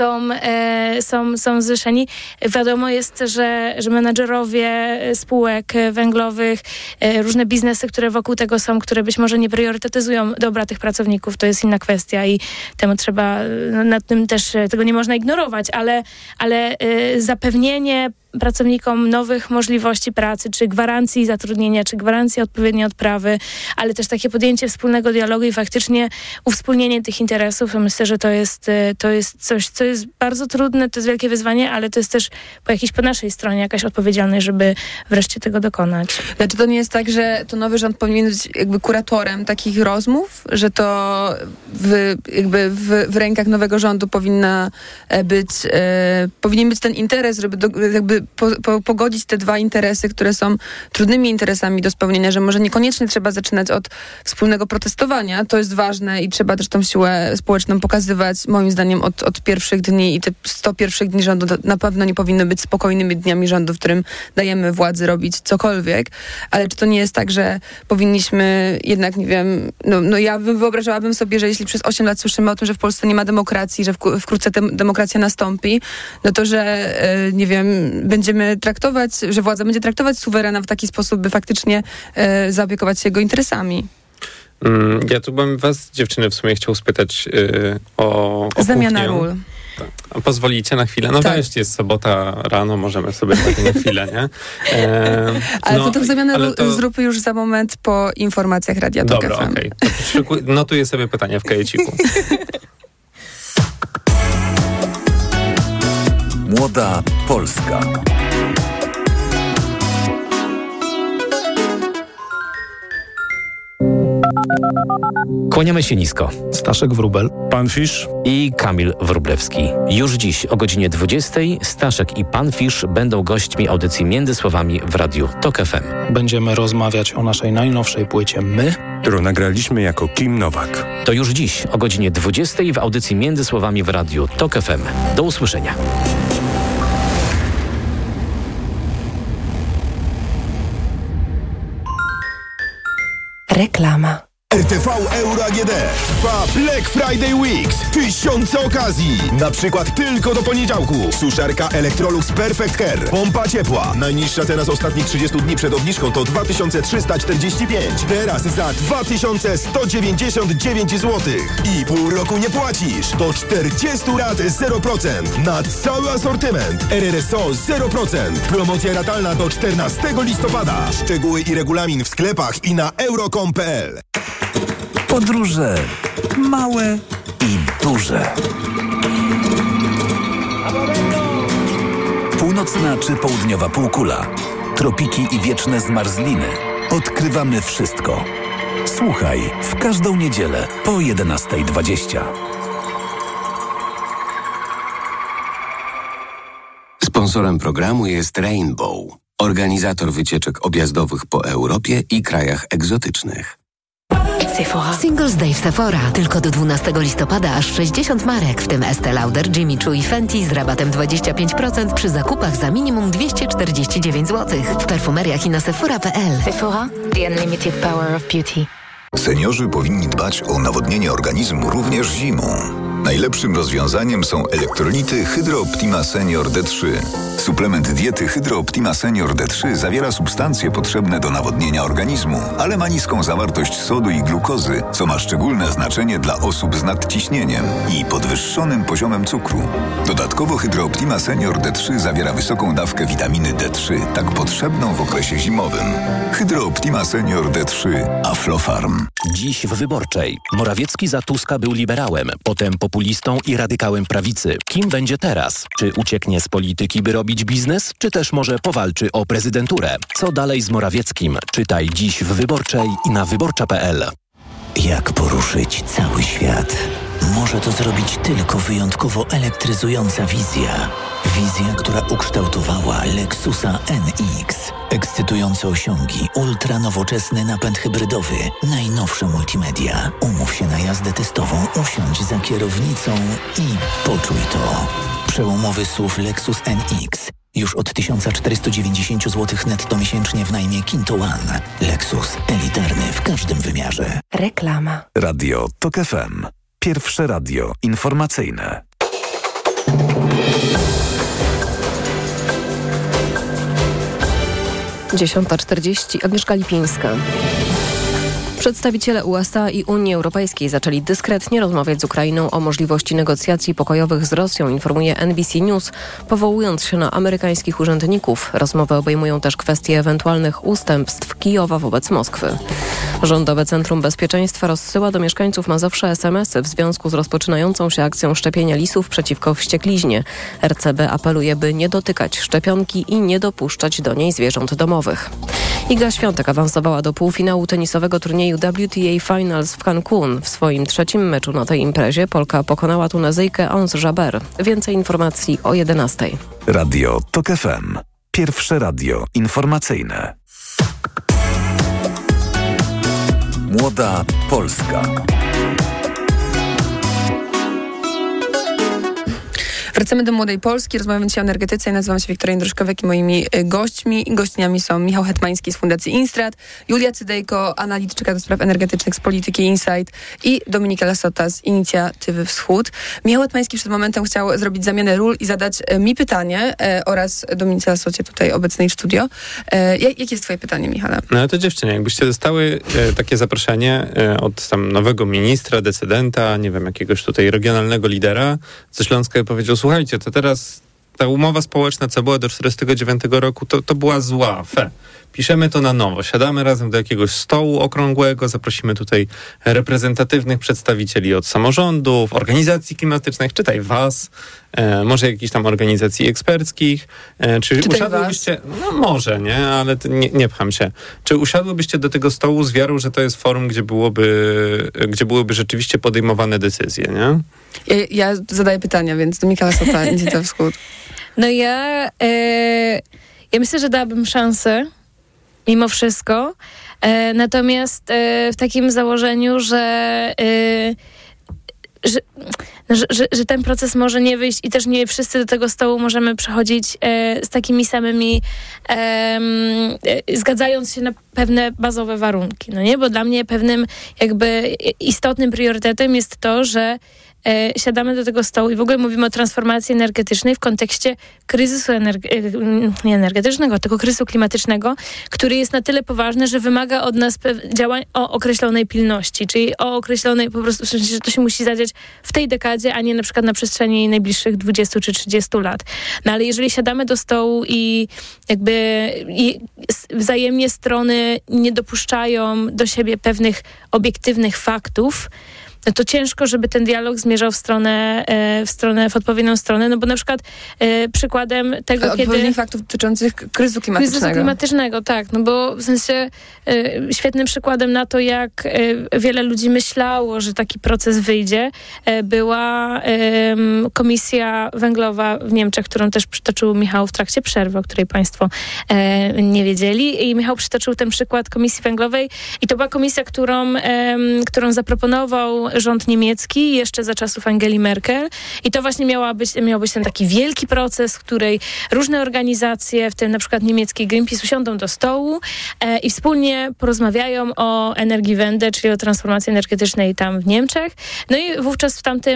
są zrzeszeni. Wiadomo jest, że menadżerowie spółek węglowych, różne biznesy, które wokół tego są, które być może nie priorytetyzują dobra tych pracowników, to jest inna kwestia i temu trzeba, nad tym też, tego nie można ignorować, ale zapewnienie pracownikom nowych możliwości pracy, czy gwarancji zatrudnienia, czy gwarancji odpowiedniej odprawy, ale też takie podjęcie wspólnego dialogu i faktycznie uwspólnienie tych interesów. Myślę, że to jest coś, co jest bardzo trudne, to jest wielkie wyzwanie, ale to jest też po naszej stronie jakaś odpowiedzialność, żeby wreszcie tego dokonać. Znaczy to nie jest tak, że to nowy rząd powinien być jakby kuratorem takich rozmów, że to w rękach nowego rządu powinien być ten interes, żeby pogodzić te dwa interesy, które są trudnymi interesami do spełnienia, że może niekoniecznie trzeba zaczynać od wspólnego protestowania. To jest ważne i trzeba też tą siłę społeczną pokazywać, moim zdaniem, od pierwszych dni i te 100 pierwszych dni rządu na pewno nie powinny być spokojnymi dniami rządu, w którym dajemy władzy robić cokolwiek. Ale czy to nie jest tak, że powinniśmy jednak, nie wiem, ja wyobrażałabym sobie, że jeśli przez 8 lat słyszymy o tym, że w Polsce nie ma demokracji, że wkrótce demokracja nastąpi, no to, że nie wiem, że władza będzie traktować suwerena w taki sposób, by faktycznie zaopiekować się jego interesami. Ja tu bym was, dziewczyny, w sumie chciał spytać o zamiana kuchnię. ról. Tak. Pozwolicie na chwilę? No tak. Weźcie, jest sobota rano, możemy sobie tak na chwilę, nie? Ale to zamianę zróbmy już za moment po informacjach Radia Tok FM. Dobra, okej. Notuję sobie pytania w kajeciku. Młoda Polska. Kłaniamy się nisko. Staszek Wróbel, Pan Fisz i Kamil Wróblewski. Już dziś o godzinie 20 Staszek i Pan Fisz będą gośćmi audycji Między Słowami w Radiu Tok FM. Będziemy rozmawiać o naszej najnowszej płycie My, którą nagraliśmy jako Kim Nowak. To już dziś o godzinie 20 w audycji Między Słowami w Radiu Tok FM. Do usłyszenia. Reklama. RTV Euro AGD trwa Black Friday Weeks. Tysiące okazji. Na przykład tylko do poniedziałku. Suszarka Electrolux Perfect Care. Pompa ciepła. Najniższa cena z ostatnich 30 dni przed obniżką to 2345. Teraz za 2199 zł. I pół roku nie płacisz. Do 40 rat 0%. Na cały asortyment. RRSO 0%. Promocja ratalna do 14 listopada. Szczegóły i regulamin w sklepach i na euro.com.pl. Podróże małe i duże. Północna czy południowa półkula, tropiki i wieczne zmarzliny. Odkrywamy wszystko. Słuchaj w każdą niedzielę po 11:20. Sponsorem programu jest Rainbow, organizator wycieczek objazdowych po Europie i krajach egzotycznych. Sephora. Singles Day w Sephora. Tylko do 12 listopada aż 60 marek, w tym Estée Lauder, Jimmy Choo i Fenty z rabatem 25% przy zakupach za minimum 249 zł. W perfumeriach i na sephora.pl. Sephora. The unlimited power of beauty. Seniorzy powinni dbać o nawodnienie organizmu również zimą. Najlepszym rozwiązaniem są elektrolity Hydro Optima Senior D3. Suplement diety Hydro Optima Senior D3 zawiera substancje potrzebne do nawodnienia organizmu, ale ma niską zawartość sodu i glukozy, co ma szczególne znaczenie dla osób z nadciśnieniem i podwyższonym poziomem cukru. Dodatkowo Hydro Optima Senior D3 zawiera wysoką dawkę witaminy D3, tak potrzebną w okresie zimowym. Hydro Optima Senior D3 Aflofarm. Dziś w Wyborczej. Morawiecki za Tuska był liberałem, potem populistą i radykałem prawicy. Kim będzie teraz? Czy ucieknie z polityki, by robić biznes? Czy też może powalczy o prezydenturę? Co dalej z Morawieckim? Czytaj dziś w Wyborczej i na wyborcza.pl. Jak poruszyć cały świat? Może to zrobić tylko wyjątkowo elektryzująca wizja. Wizja, która ukształtowała Lexusa NX. Ekscytujące osiągi, ultranowoczesny napęd hybrydowy, najnowsze multimedia. Umów się na jazdę testową, usiądź za kierownicą i poczuj to. Przełomowy SUV Lexus NX. Już od 1490 zł netto miesięcznie w najmie Kinto One. Lexus. Elitarny w każdym wymiarze. Reklama. Radio TOK FM. Pierwsze radio informacyjne. 10:40. Agnieszka Lipińska. Przedstawiciele USA i Unii Europejskiej zaczęli dyskretnie rozmawiać z Ukrainą o możliwości negocjacji pokojowych z Rosją, informuje NBC News, powołując się na amerykańskich urzędników. Rozmowy obejmują też kwestie ewentualnych ustępstw Kijowa wobec Moskwy. Rządowe Centrum Bezpieczeństwa rozsyła do mieszkańców Mazowsza SMS-y w związku z rozpoczynającą się akcją szczepienia lisów przeciwko wściekliźnie. RCB apeluje, by nie dotykać szczepionki i nie dopuszczać do niej zwierząt domowych. Iga Świątek awansowała do półfinału tenisowego turnieju WTA Finals w Cancun. W swoim trzecim meczu na tej imprezie Polka pokonała Tunezyjkę Ons Jabeur. Więcej informacji o 11:00. Radio TOK FM. Pierwsze radio informacyjne. Młoda Polska. Wracamy do Młodej Polski, rozmawiamy dzisiaj o energetyce. Nazywam się Wiktoria Jędroszkowiak i moimi gościniami są Michał Hetmański z Fundacji Instrat, Julia Cydejko, analityczka do spraw energetycznych z Polityki Insight i Dominika Lasota z Inicjatywy Wschód. Michał Hetmański przed momentem chciał zrobić zamianę ról i zadać mi pytanie oraz Dominice Lasocie tutaj obecnej w studio. Jakie jest twoje pytanie, Michale? No ale to dziewczyny, jakbyście dostały takie zaproszenie od tam nowego ministra, decydenta, nie wiem, jakiegoś tutaj regionalnego lidera ze Śląska, powiedział: słuchajcie, to teraz ta umowa społeczna, co była do 1949 roku, to była zła. Piszemy to na nowo. Siadamy razem do jakiegoś stołu okrągłego, zaprosimy tutaj reprezentatywnych przedstawicieli od samorządów, organizacji klimatycznych, czytaj was, może jakichś tam organizacji eksperckich. Czy usiadłybyście... No może, nie? Ale nie pcham się. Czy usiadłybyście do tego stołu z wiarą, że to jest forum, gdzie byłyby rzeczywiście podejmowane decyzje, nie? Ja zadaję pytania, więc do Michała Sota, Inicjatywa Wschód. No ja myślę, że dałabym szansę mimo wszystko. Natomiast w takim założeniu, że ten proces może nie wyjść i też nie wszyscy do tego stołu możemy przechodzić z takimi samymi, zgadzając się na pewne bazowe warunki, no nie? Bo dla mnie pewnym jakby istotnym priorytetem jest to, że siadamy do tego stołu i w ogóle mówimy o transformacji energetycznej w kontekście kryzysu nie energetycznego, tylko kryzysu klimatycznego, który jest na tyle poważny, że wymaga od nas działań o określonej pilności, czyli o określonej po prostu, w sensie, że to się musi zadziać w tej dekadzie, a nie na przykład na przestrzeni najbliższych 20 czy 30 lat. No ale jeżeli siadamy do stołu i jakby wzajemnie strony nie dopuszczają do siebie pewnych obiektywnych faktów, no to ciężko, żeby ten dialog zmierzał w odpowiednią stronę, no bo na przykład przykładem tego, kiedy... Odpowiednich faktów dotyczących kryzysu klimatycznego. Kryzysu klimatycznego, tak, no bo w sensie świetnym przykładem na to, jak wiele ludzi myślało, że taki proces wyjdzie, była komisja węglowa w Niemczech, którą też przytoczył Michał w trakcie przerwy, o której państwo nie wiedzieli. I Michał przytoczył ten przykład komisji węglowej i to była komisja, którą zaproponował rząd niemiecki jeszcze za czasów Angeli Merkel i to właśnie miał być ten taki wielki proces, w której różne organizacje, w tym na przykład niemiecki Greenpeace, usiądą do stołu i wspólnie porozmawiają o Energiewende, czyli o transformacji energetycznej tam w Niemczech. No i wówczas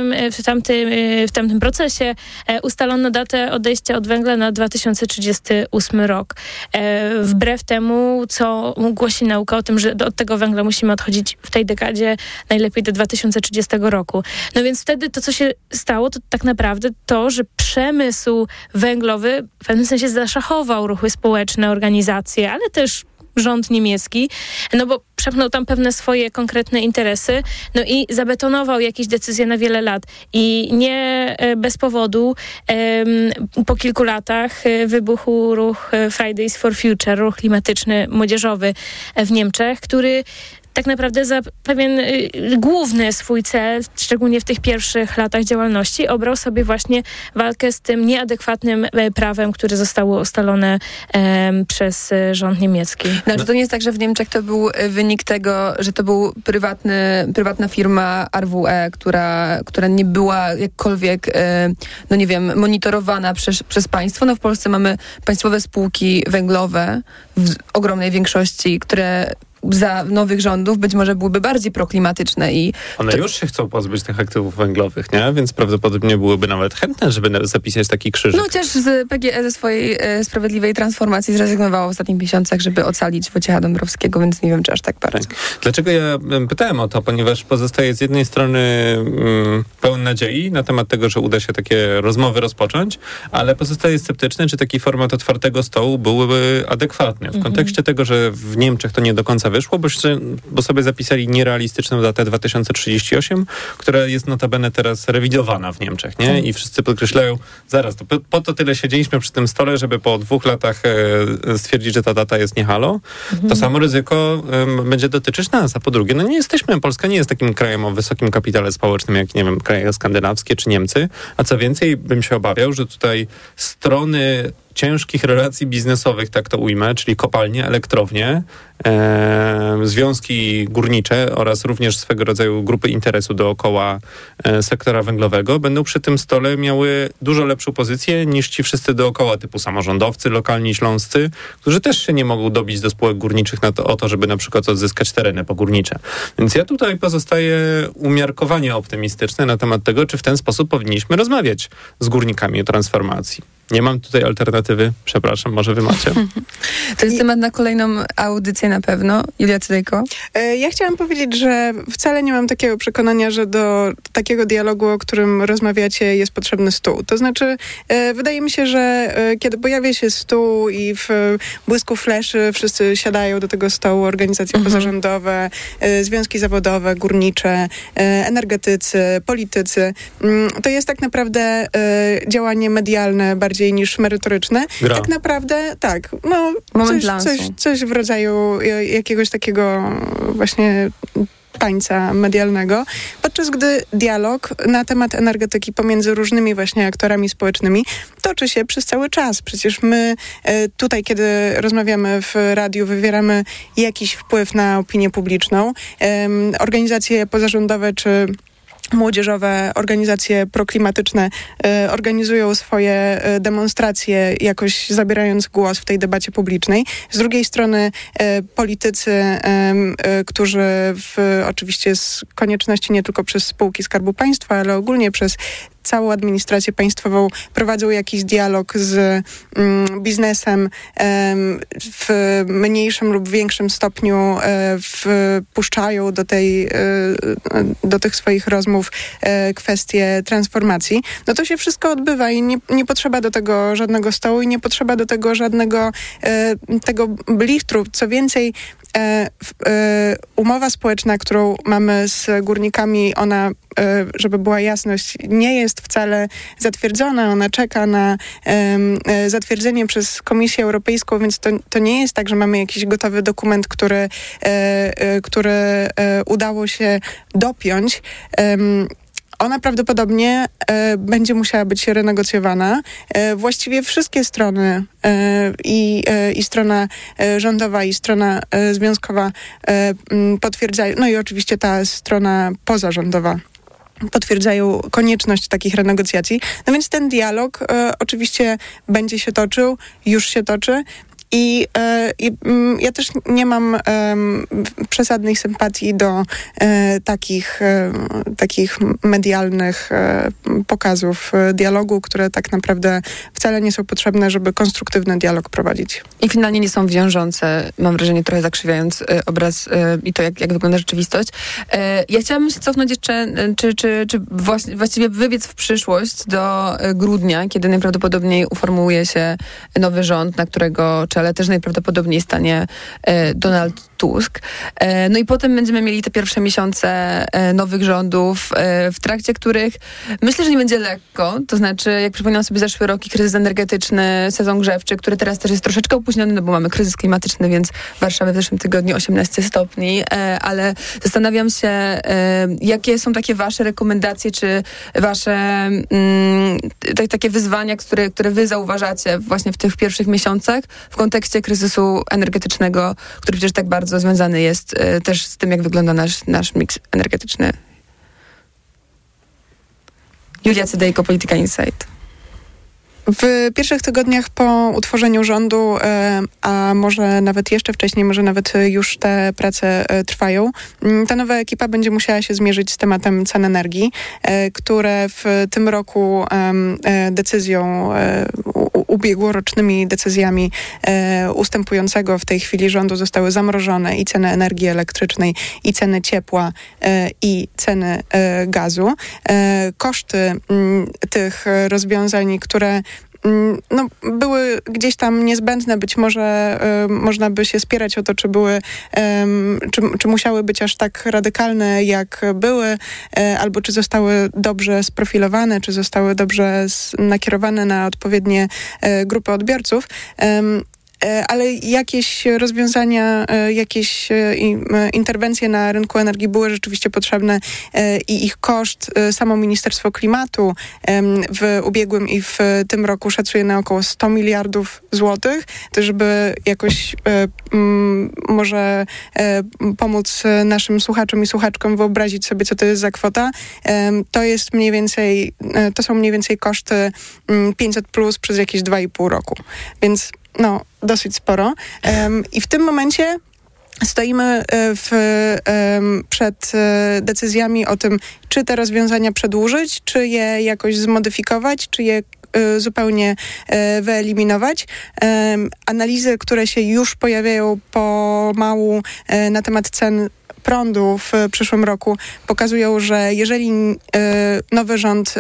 w tamtym procesie ustalono datę odejścia od węgla na 2038 rok. Wbrew temu, co głosi nauka o tym, że od tego węgla musimy odchodzić w tej dekadzie najlepiej do 2030 roku. No więc wtedy to, co się stało, to tak naprawdę to, że przemysł węglowy w pewnym sensie zaszachował ruchy społeczne, organizacje, ale też rząd niemiecki, no bo przepchnął tam pewne swoje konkretne interesy, no i zabetonował jakieś decyzje na wiele lat. I nie bez powodu po kilku latach wybuchł ruch Fridays for Future, ruch klimatyczny, młodzieżowy w Niemczech, który tak naprawdę za pewien główny swój cel, szczególnie w tych pierwszych latach działalności, obrał sobie właśnie walkę z tym nieadekwatnym prawem, które zostało ustalone przez rząd niemiecki. Znaczy, to nie jest tak, że w Niemczech to był wynik tego, że to był prywatna firma RWE, która nie była jakkolwiek, no nie wiem, monitorowana przez państwo. No w Polsce mamy państwowe spółki węglowe w ogromnej większości, które za nowych rządów być może byłyby bardziej proklimatyczne. One już się chcą pozbyć tych aktywów węglowych, nie? Więc prawdopodobnie byłyby nawet chętne, żeby zapisać taki krzyżyk. No chociaż z PGE ze swojej sprawiedliwej transformacji zrezygnowało w ostatnich miesiącach, żeby ocalić Wojciecha Dąbrowskiego, więc nie wiem, czy aż tak bardzo. Tak. Dlaczego ja pytałem o to? Ponieważ pozostaje z jednej strony pełen nadziei na temat tego, że uda się takie rozmowy rozpocząć, ale pozostaje sceptyczny, czy taki format otwartego stołu byłby adekwatny. W kontekście tego, że w Niemczech to nie do końca wyszło, bo sobie zapisali nierealistyczną datę 2038, która jest notabene teraz rewidowana w Niemczech, nie? I wszyscy podkreślają, zaraz, to po to tyle siedzieliśmy przy tym stole, żeby po 2 latach stwierdzić, że ta data jest nie halo. To samo ryzyko będzie dotyczyć nas, a po drugie, no nie jesteśmy, Polska nie jest takim krajem o wysokim kapitale społecznym, jak, nie wiem, kraje skandynawskie czy Niemcy, a co więcej, bym się obawiał, że tutaj strony ciężkich relacji biznesowych, tak to ujmę, czyli kopalnie, elektrownie, związki górnicze oraz również swego rodzaju grupy interesu dookoła sektora węglowego będą przy tym stole miały dużo lepszą pozycję niż ci wszyscy dookoła, typu samorządowcy, lokalni śląscy, którzy też się nie mogą dobić do spółek górniczych o to, żeby na przykład odzyskać tereny pogórnicze. Więc ja tutaj pozostaję umiarkowanie optymistyczny na temat tego, czy w ten sposób powinniśmy rozmawiać z górnikami o transformacji. Nie mam tutaj alternatywy. Przepraszam, może wy macie. To jest temat na kolejną audycję na pewno. Julia Cydejko? Ja chciałam powiedzieć, że wcale nie mam takiego przekonania, że do takiego dialogu, o którym rozmawiacie, jest potrzebny stół. To znaczy, wydaje mi się, że kiedy pojawia się stół i w błysku fleszy wszyscy siadają do tego stołu, organizacje pozarządowe, związki zawodowe, górnicze, energetycy, politycy, to jest tak naprawdę działanie medialne bardziej niż merytoryczne. Gra. Tak naprawdę, tak. No, coś w rodzaju jakiegoś takiego właśnie tańca medialnego, podczas gdy dialog na temat energetyki pomiędzy różnymi właśnie aktorami społecznymi toczy się przez cały czas. Przecież my tutaj, kiedy rozmawiamy w radiu, wywieramy jakiś wpływ na opinię publiczną. Organizacje pozarządowe czy młodzieżowe organizacje proklimatyczne organizują swoje demonstracje, jakoś zabierając głos w tej debacie publicznej. Z drugiej strony politycy, którzy oczywiście z konieczności nie tylko przez spółki Skarbu Państwa, ale ogólnie przez całą administrację państwową prowadzą jakiś dialog z biznesem, w mniejszym lub większym stopniu wpuszczają do tych swoich rozmów kwestie transformacji. No to się wszystko odbywa i nie potrzeba do tego żadnego stołu i nie potrzeba do tego żadnego tego blichtru. Co więcej, umowa społeczna, którą mamy z górnikami, ona, żeby była jasność, nie jest wcale zatwierdzona. Ona czeka na zatwierdzenie przez Komisję Europejską, więc to nie jest tak, że mamy jakiś gotowy dokument, który udało się dopiąć. Ona prawdopodobnie będzie musiała być renegocjowana. Właściwie wszystkie strony, i strona rządowa, i strona związkowa potwierdzają, no i oczywiście ta strona pozarządowa potwierdzają konieczność takich renegocjacji. No więc ten dialog oczywiście będzie się toczył, już się toczy. I ja też nie mam przesadnej sympatii do takich medialnych pokazów dialogu, które tak naprawdę wcale nie są potrzebne, żeby konstruktywny dialog prowadzić. I finalnie nie są wiążące, mam wrażenie, trochę zakrzywiając obraz i to, jak wygląda rzeczywistość. Ja chciałabym się cofnąć jeszcze, czy właściwie wybiec w przyszłość do grudnia, kiedy najprawdopodobniej uformułuje się nowy rząd, na którego czele też najprawdopodobniej stanie Donald Tusk. No i potem będziemy mieli te pierwsze miesiące nowych rządów, w trakcie których myślę, że nie będzie lekko. To znaczy, jak przypominam sobie zeszły rok i kryzys energetyczny, sezon grzewczy, który teraz też jest troszeczkę opóźniony, opóźniony, no bo mamy kryzys klimatyczny, więc w Warszawie w zeszłym tygodniu 18 stopni, ale zastanawiam się, jakie są takie wasze rekomendacje, czy wasze takie wyzwania, które wy zauważacie właśnie w tych pierwszych miesiącach w kontekście kryzysu energetycznego, który przecież tak bardzo związany jest też z tym, jak wygląda nasz miks energetyczny. Julia Cydejko, Polityka Insight. W pierwszych tygodniach po utworzeniu rządu, a może nawet jeszcze wcześniej, może nawet już te prace trwają, ta nowa ekipa będzie musiała się zmierzyć z tematem cen energii, które w tym roku decyzją, ubiegłorocznymi decyzjami ustępującego w tej chwili rządu zostały zamrożone i ceny energii elektrycznej, i ceny ciepła, i ceny gazu. Koszty tych rozwiązań, które były gdzieś tam niezbędne, być może można by się spierać o to, czy były, czy musiały być aż tak radykalne, jak były, albo czy zostały dobrze sprofilowane, czy zostały dobrze nakierowane na odpowiednie grupy odbiorców. Ale jakieś rozwiązania, jakieś interwencje na rynku energii były rzeczywiście potrzebne i ich koszt samo Ministerstwo Klimatu w ubiegłym i w tym roku szacuje na około 100 miliardów złotych, to żeby jakoś może pomóc naszym słuchaczom i słuchaczkom wyobrazić sobie, co to jest za kwota. To są mniej więcej koszty 500+ przez jakieś 2,5 roku. Więc dosyć sporo. I w tym momencie stoimy przed decyzjami o tym, czy te rozwiązania przedłużyć, czy je jakoś zmodyfikować, czy je zupełnie wyeliminować. Analizy, które się już pojawiają pomału na temat cen prądu w przyszłym roku pokazują, że jeżeli nowy rząd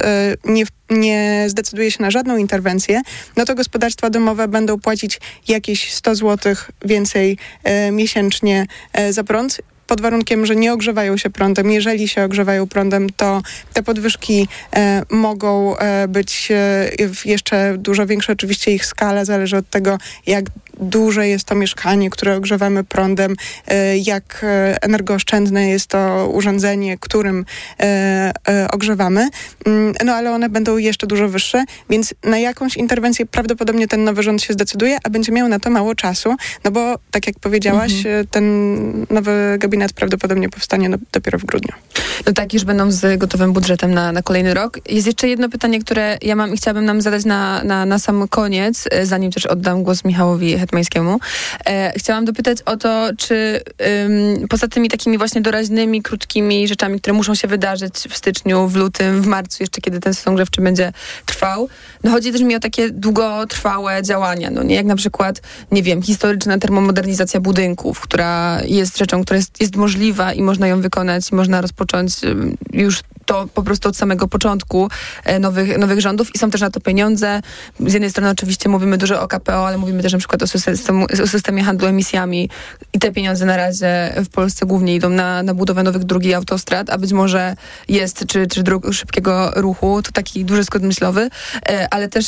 nie zdecyduje się na żadną interwencję, no to gospodarstwa domowe będą płacić jakieś 100 zł więcej miesięcznie za prąd, pod warunkiem, że nie ogrzewają się prądem. Jeżeli się ogrzewają prądem, to te podwyżki mogą być jeszcze dużo większe. Oczywiście ich skala zależy od tego, jak duże jest to mieszkanie, które ogrzewamy prądem, jak energooszczędne jest to urządzenie, którym ogrzewamy. Ale one będą jeszcze dużo wyższe, więc na jakąś interwencję prawdopodobnie ten nowy rząd się zdecyduje, a będzie miał na to mało czasu, bo tak jak powiedziałaś, ten nowy gabinet prawdopodobnie powstanie dopiero w grudniu. No tak, już będą z gotowym budżetem na kolejny rok. Jest jeszcze jedno pytanie, które ja mam i chciałabym nam zadać na sam koniec, zanim też oddam głos Michałowi Hetmańskiemu. Chciałam dopytać o to, czy poza tymi takimi właśnie doraźnymi, krótkimi rzeczami, które muszą się wydarzyć w styczniu, w lutym, w marcu, jeszcze kiedy ten sezon grzewczy będzie trwał, chodzi też mi o takie długotrwałe działania, jak na przykład, historyczna termomodernizacja budynków, która jest rzeczą, która jest możliwa i można ją wykonać, można rozpocząć już to po prostu od samego początku nowych rządów i są też na to pieniądze. Z jednej strony oczywiście mówimy dużo o KPO, ale mówimy też na przykład o systemie handlu emisjami i te pieniądze na razie w Polsce głównie idą na budowę nowych dróg i autostrad, a być może jest czy dróg szybkiego ruchu, to taki duży skład myślowy, ale też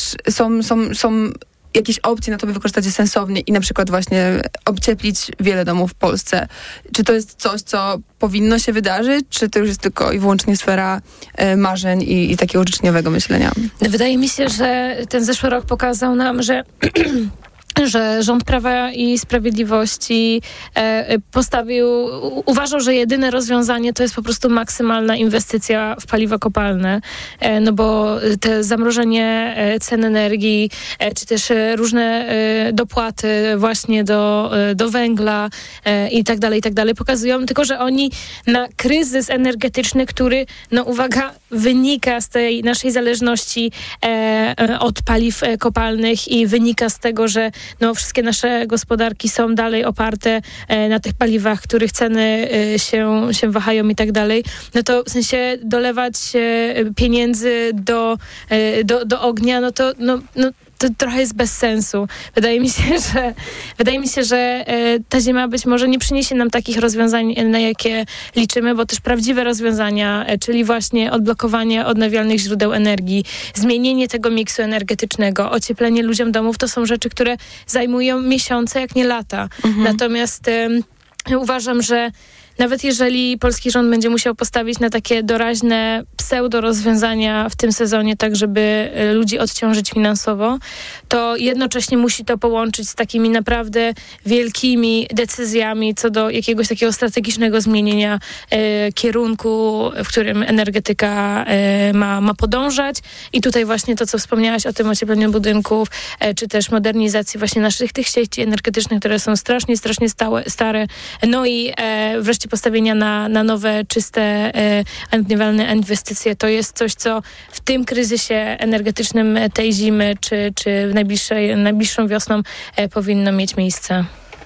są jakieś opcje na to, by wykorzystać je sensownie i na przykład właśnie obcieplić wiele domów w Polsce. Czy to jest coś, co powinno się wydarzyć, czy to już jest tylko i wyłącznie sfera marzeń i takiego życzeniowego myślenia? Wydaje mi się, że ten zeszły rok pokazał nam, że rząd Prawa i Sprawiedliwości uważał, że jedyne rozwiązanie to jest po prostu maksymalna inwestycja w paliwa kopalne, bo te zamrożenie cen energii, czy też różne dopłaty właśnie do węgla i tak dalej, pokazują tylko, że oni na kryzys energetyczny, który, uwaga, wynika z tej naszej zależności od paliw kopalnych i wynika z tego, że wszystkie nasze gospodarki są dalej oparte na tych paliwach, których ceny się wahają i tak dalej, to w sensie dolewać pieniędzy do ognia, to trochę jest bez sensu. Wydaje mi się, że ta zima być może nie przyniesie nam takich rozwiązań, na jakie liczymy, bo też prawdziwe rozwiązania, czyli właśnie odblokowanie odnawialnych źródeł energii, zmienienie tego miksu energetycznego, ocieplenie ludziom domów, to są rzeczy, które zajmują miesiące, jak nie lata. Natomiast uważam, że nawet jeżeli polski rząd będzie musiał postawić na takie doraźne pseudo-rozwiązania w tym sezonie, tak żeby ludzi odciążyć finansowo, to jednocześnie musi to połączyć z takimi naprawdę wielkimi decyzjami co do jakiegoś takiego strategicznego zmienienia kierunku, w którym energetyka ma podążać. I tutaj właśnie to, co wspomniałaś o tym ociepleniu budynków, czy też modernizacji właśnie naszych tych sieci energetycznych, które są strasznie stare. No i wreszcie postawienia na nowe, czyste, odnawialne inwestycje. To jest coś, co w tym kryzysie energetycznym tej zimy, czy najbliższą wiosną powinno mieć miejsce.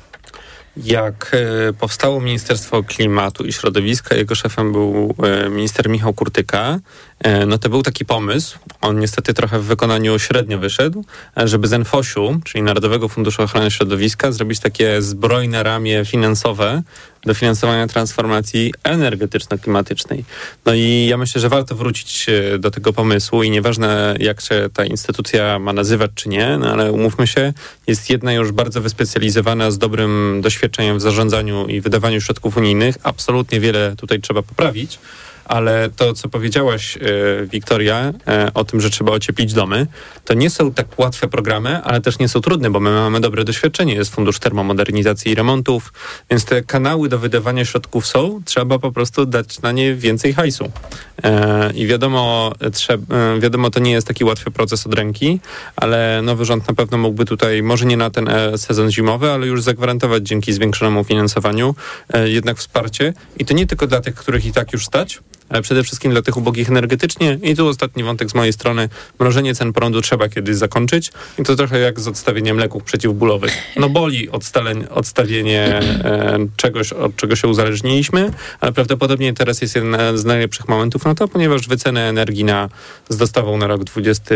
Jak powstało Ministerstwo Klimatu i Środowiska, jego szefem był minister Michał Kurtyka, no to był taki pomysł, on niestety trochę w wykonaniu średnio wyszedł, żeby z NFOŚ-u, czyli Narodowego Funduszu Ochrony Środowiska, zrobić takie zbrojne ramię finansowe do finansowania transformacji energetyczno-klimatycznej. No i ja myślę, że warto wrócić do tego pomysłu i nieważne, jak się ta instytucja ma nazywać czy nie, no ale umówmy się, jest jedna już bardzo wyspecjalizowana, z dobrym doświadczeniem w zarządzaniu i wydawaniu środków unijnych. Absolutnie wiele tutaj trzeba poprawić. Ale to, co powiedziałaś, Wiktoria, o tym, że trzeba ocieplić domy, to nie są tak łatwe programy, ale też nie są trudne, bo my mamy dobre doświadczenie. Jest Fundusz Termomodernizacji i Remontów, więc te kanały do wydawania środków są, trzeba po prostu dać na nie więcej hajsu. I wiadomo, to nie jest taki łatwy proces od ręki, ale nowy rząd na pewno mógłby tutaj, może nie na ten sezon zimowy, ale już zagwarantować dzięki zwiększonemu finansowaniu jednak wsparcie. I to nie tylko dla tych, których i tak już stać, ale przede wszystkim dla tych ubogich energetycznie. I tu ostatni wątek z mojej strony. Mrożenie cen prądu trzeba kiedyś zakończyć. I to trochę jak z odstawieniem leków przeciwbólowych. No boli odstawienie czegoś, od czego się uzależniliśmy, ale prawdopodobnie teraz jest jeden z najlepszych momentów na to, ponieważ wyceny energii z dostawą na rok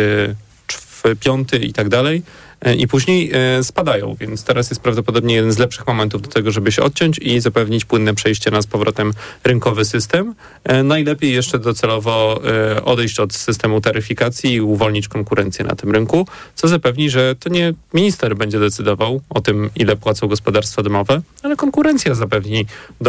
25 i tak dalej i później spadają, więc teraz jest prawdopodobnie jeden z lepszych momentów do tego, żeby się odciąć i zapewnić płynne przejście na z powrotem rynkowy system. Najlepiej jeszcze docelowo odejść od systemu taryfikacji i uwolnić konkurencję na tym rynku, co zapewni, że to nie minister będzie decydował o tym, ile płacą gospodarstwa domowe, ale konkurencja zapewni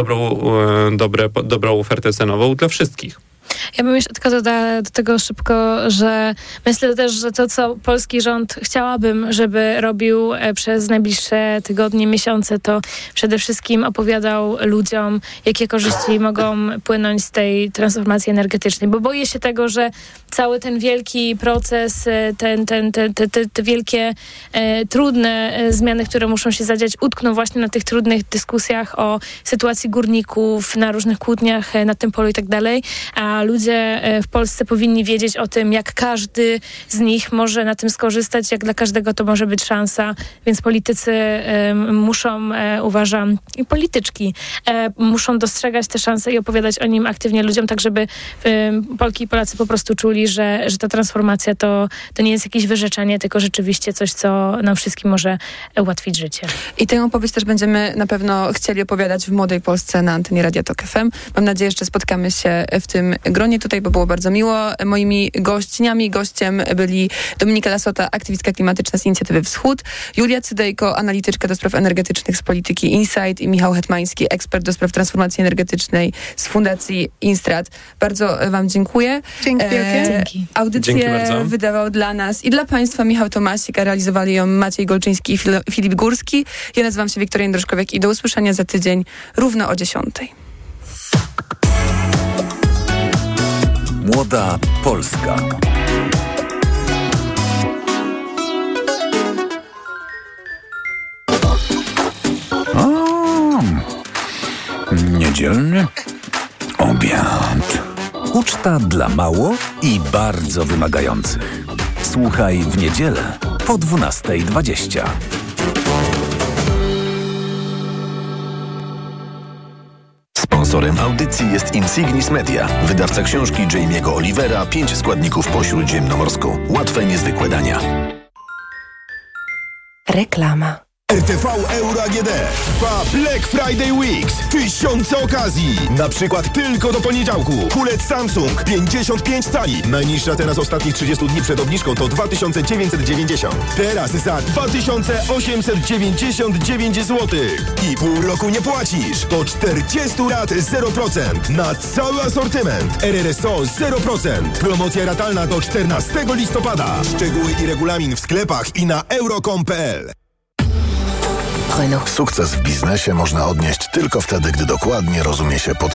dobrą ofertę cenową dla wszystkich. Ja bym jeszcze tylko dodała do tego szybko, że myślę też, że to, co polski rząd chciałabym, żeby robił przez najbliższe tygodnie, miesiące, to przede wszystkim opowiadał ludziom, jakie korzyści mogą płynąć z tej transformacji energetycznej, bo boję się tego, że cały ten wielki proces, te wielkie, trudne zmiany, które muszą się zadziać, utkną właśnie na tych trudnych dyskusjach o sytuacji górników, na różnych kłótniach na tym polu i tak dalej, a ludzie w Polsce powinni wiedzieć o tym, jak każdy z nich może na tym skorzystać, jak dla każdego to może być szansa, więc politycy muszą, uważam, i polityczki muszą dostrzegać te szanse i opowiadać o nim aktywnie ludziom, tak żeby Polki i Polacy po prostu czuli, że ta transformacja to nie jest jakieś wyrzeczenie, tylko rzeczywiście coś, co nam wszystkim może ułatwić życie. I tę opowieść też będziemy na pewno chcieli opowiadać w Młodej Polsce na antenie Radia Tok FM. Mam nadzieję, że spotkamy się w tym gronie tutaj, bo było bardzo miło. Moimi gościem byli Dominika Lasota, aktywistka klimatyczna z Inicjatywy Wschód, Julia Cydejko, analityczka do spraw energetycznych z Polityki Insight i Michał Hetmański, ekspert do spraw transformacji energetycznej z Fundacji Instrat. Bardzo wam dziękuję. Dzięki wielkie. Dzięki. Audycję wydawał dla nas i dla państwa Michał Tomasik, a realizowali ją Maciej Golczyński i Filip Górski. Ja nazywam się Wiktoria Jędroszkowiak i do usłyszenia za tydzień równo o 10:00. Młoda Polska. Niedzielny obiad. Uczta dla mało i bardzo wymagających. Słuchaj w niedzielę po 12:20. Sponsorem audycji jest Insignis Media, wydawca książki Jamie'ego Olivera 5 składników po śródziemnomorsku. Łatwe, niezwykłe dania. Reklama. RTV Euro AGD trwa Black Friday Weeks. Tysiące okazji. Na przykład tylko do poniedziałku. Kulec Samsung 55 cali. Najniższa cena z ostatnich 30 dni przed obniżką to 2990. Teraz za 2899 zł. I pół roku nie płacisz. Do 40 lat 0%. Na cały asortyment. RRSO 0%. Promocja ratalna do 14 listopada. Szczegóły i regulamin w sklepach i na euro.com.pl. Renault. Sukces w biznesie można odnieść tylko wtedy, gdy dokładnie rozumie się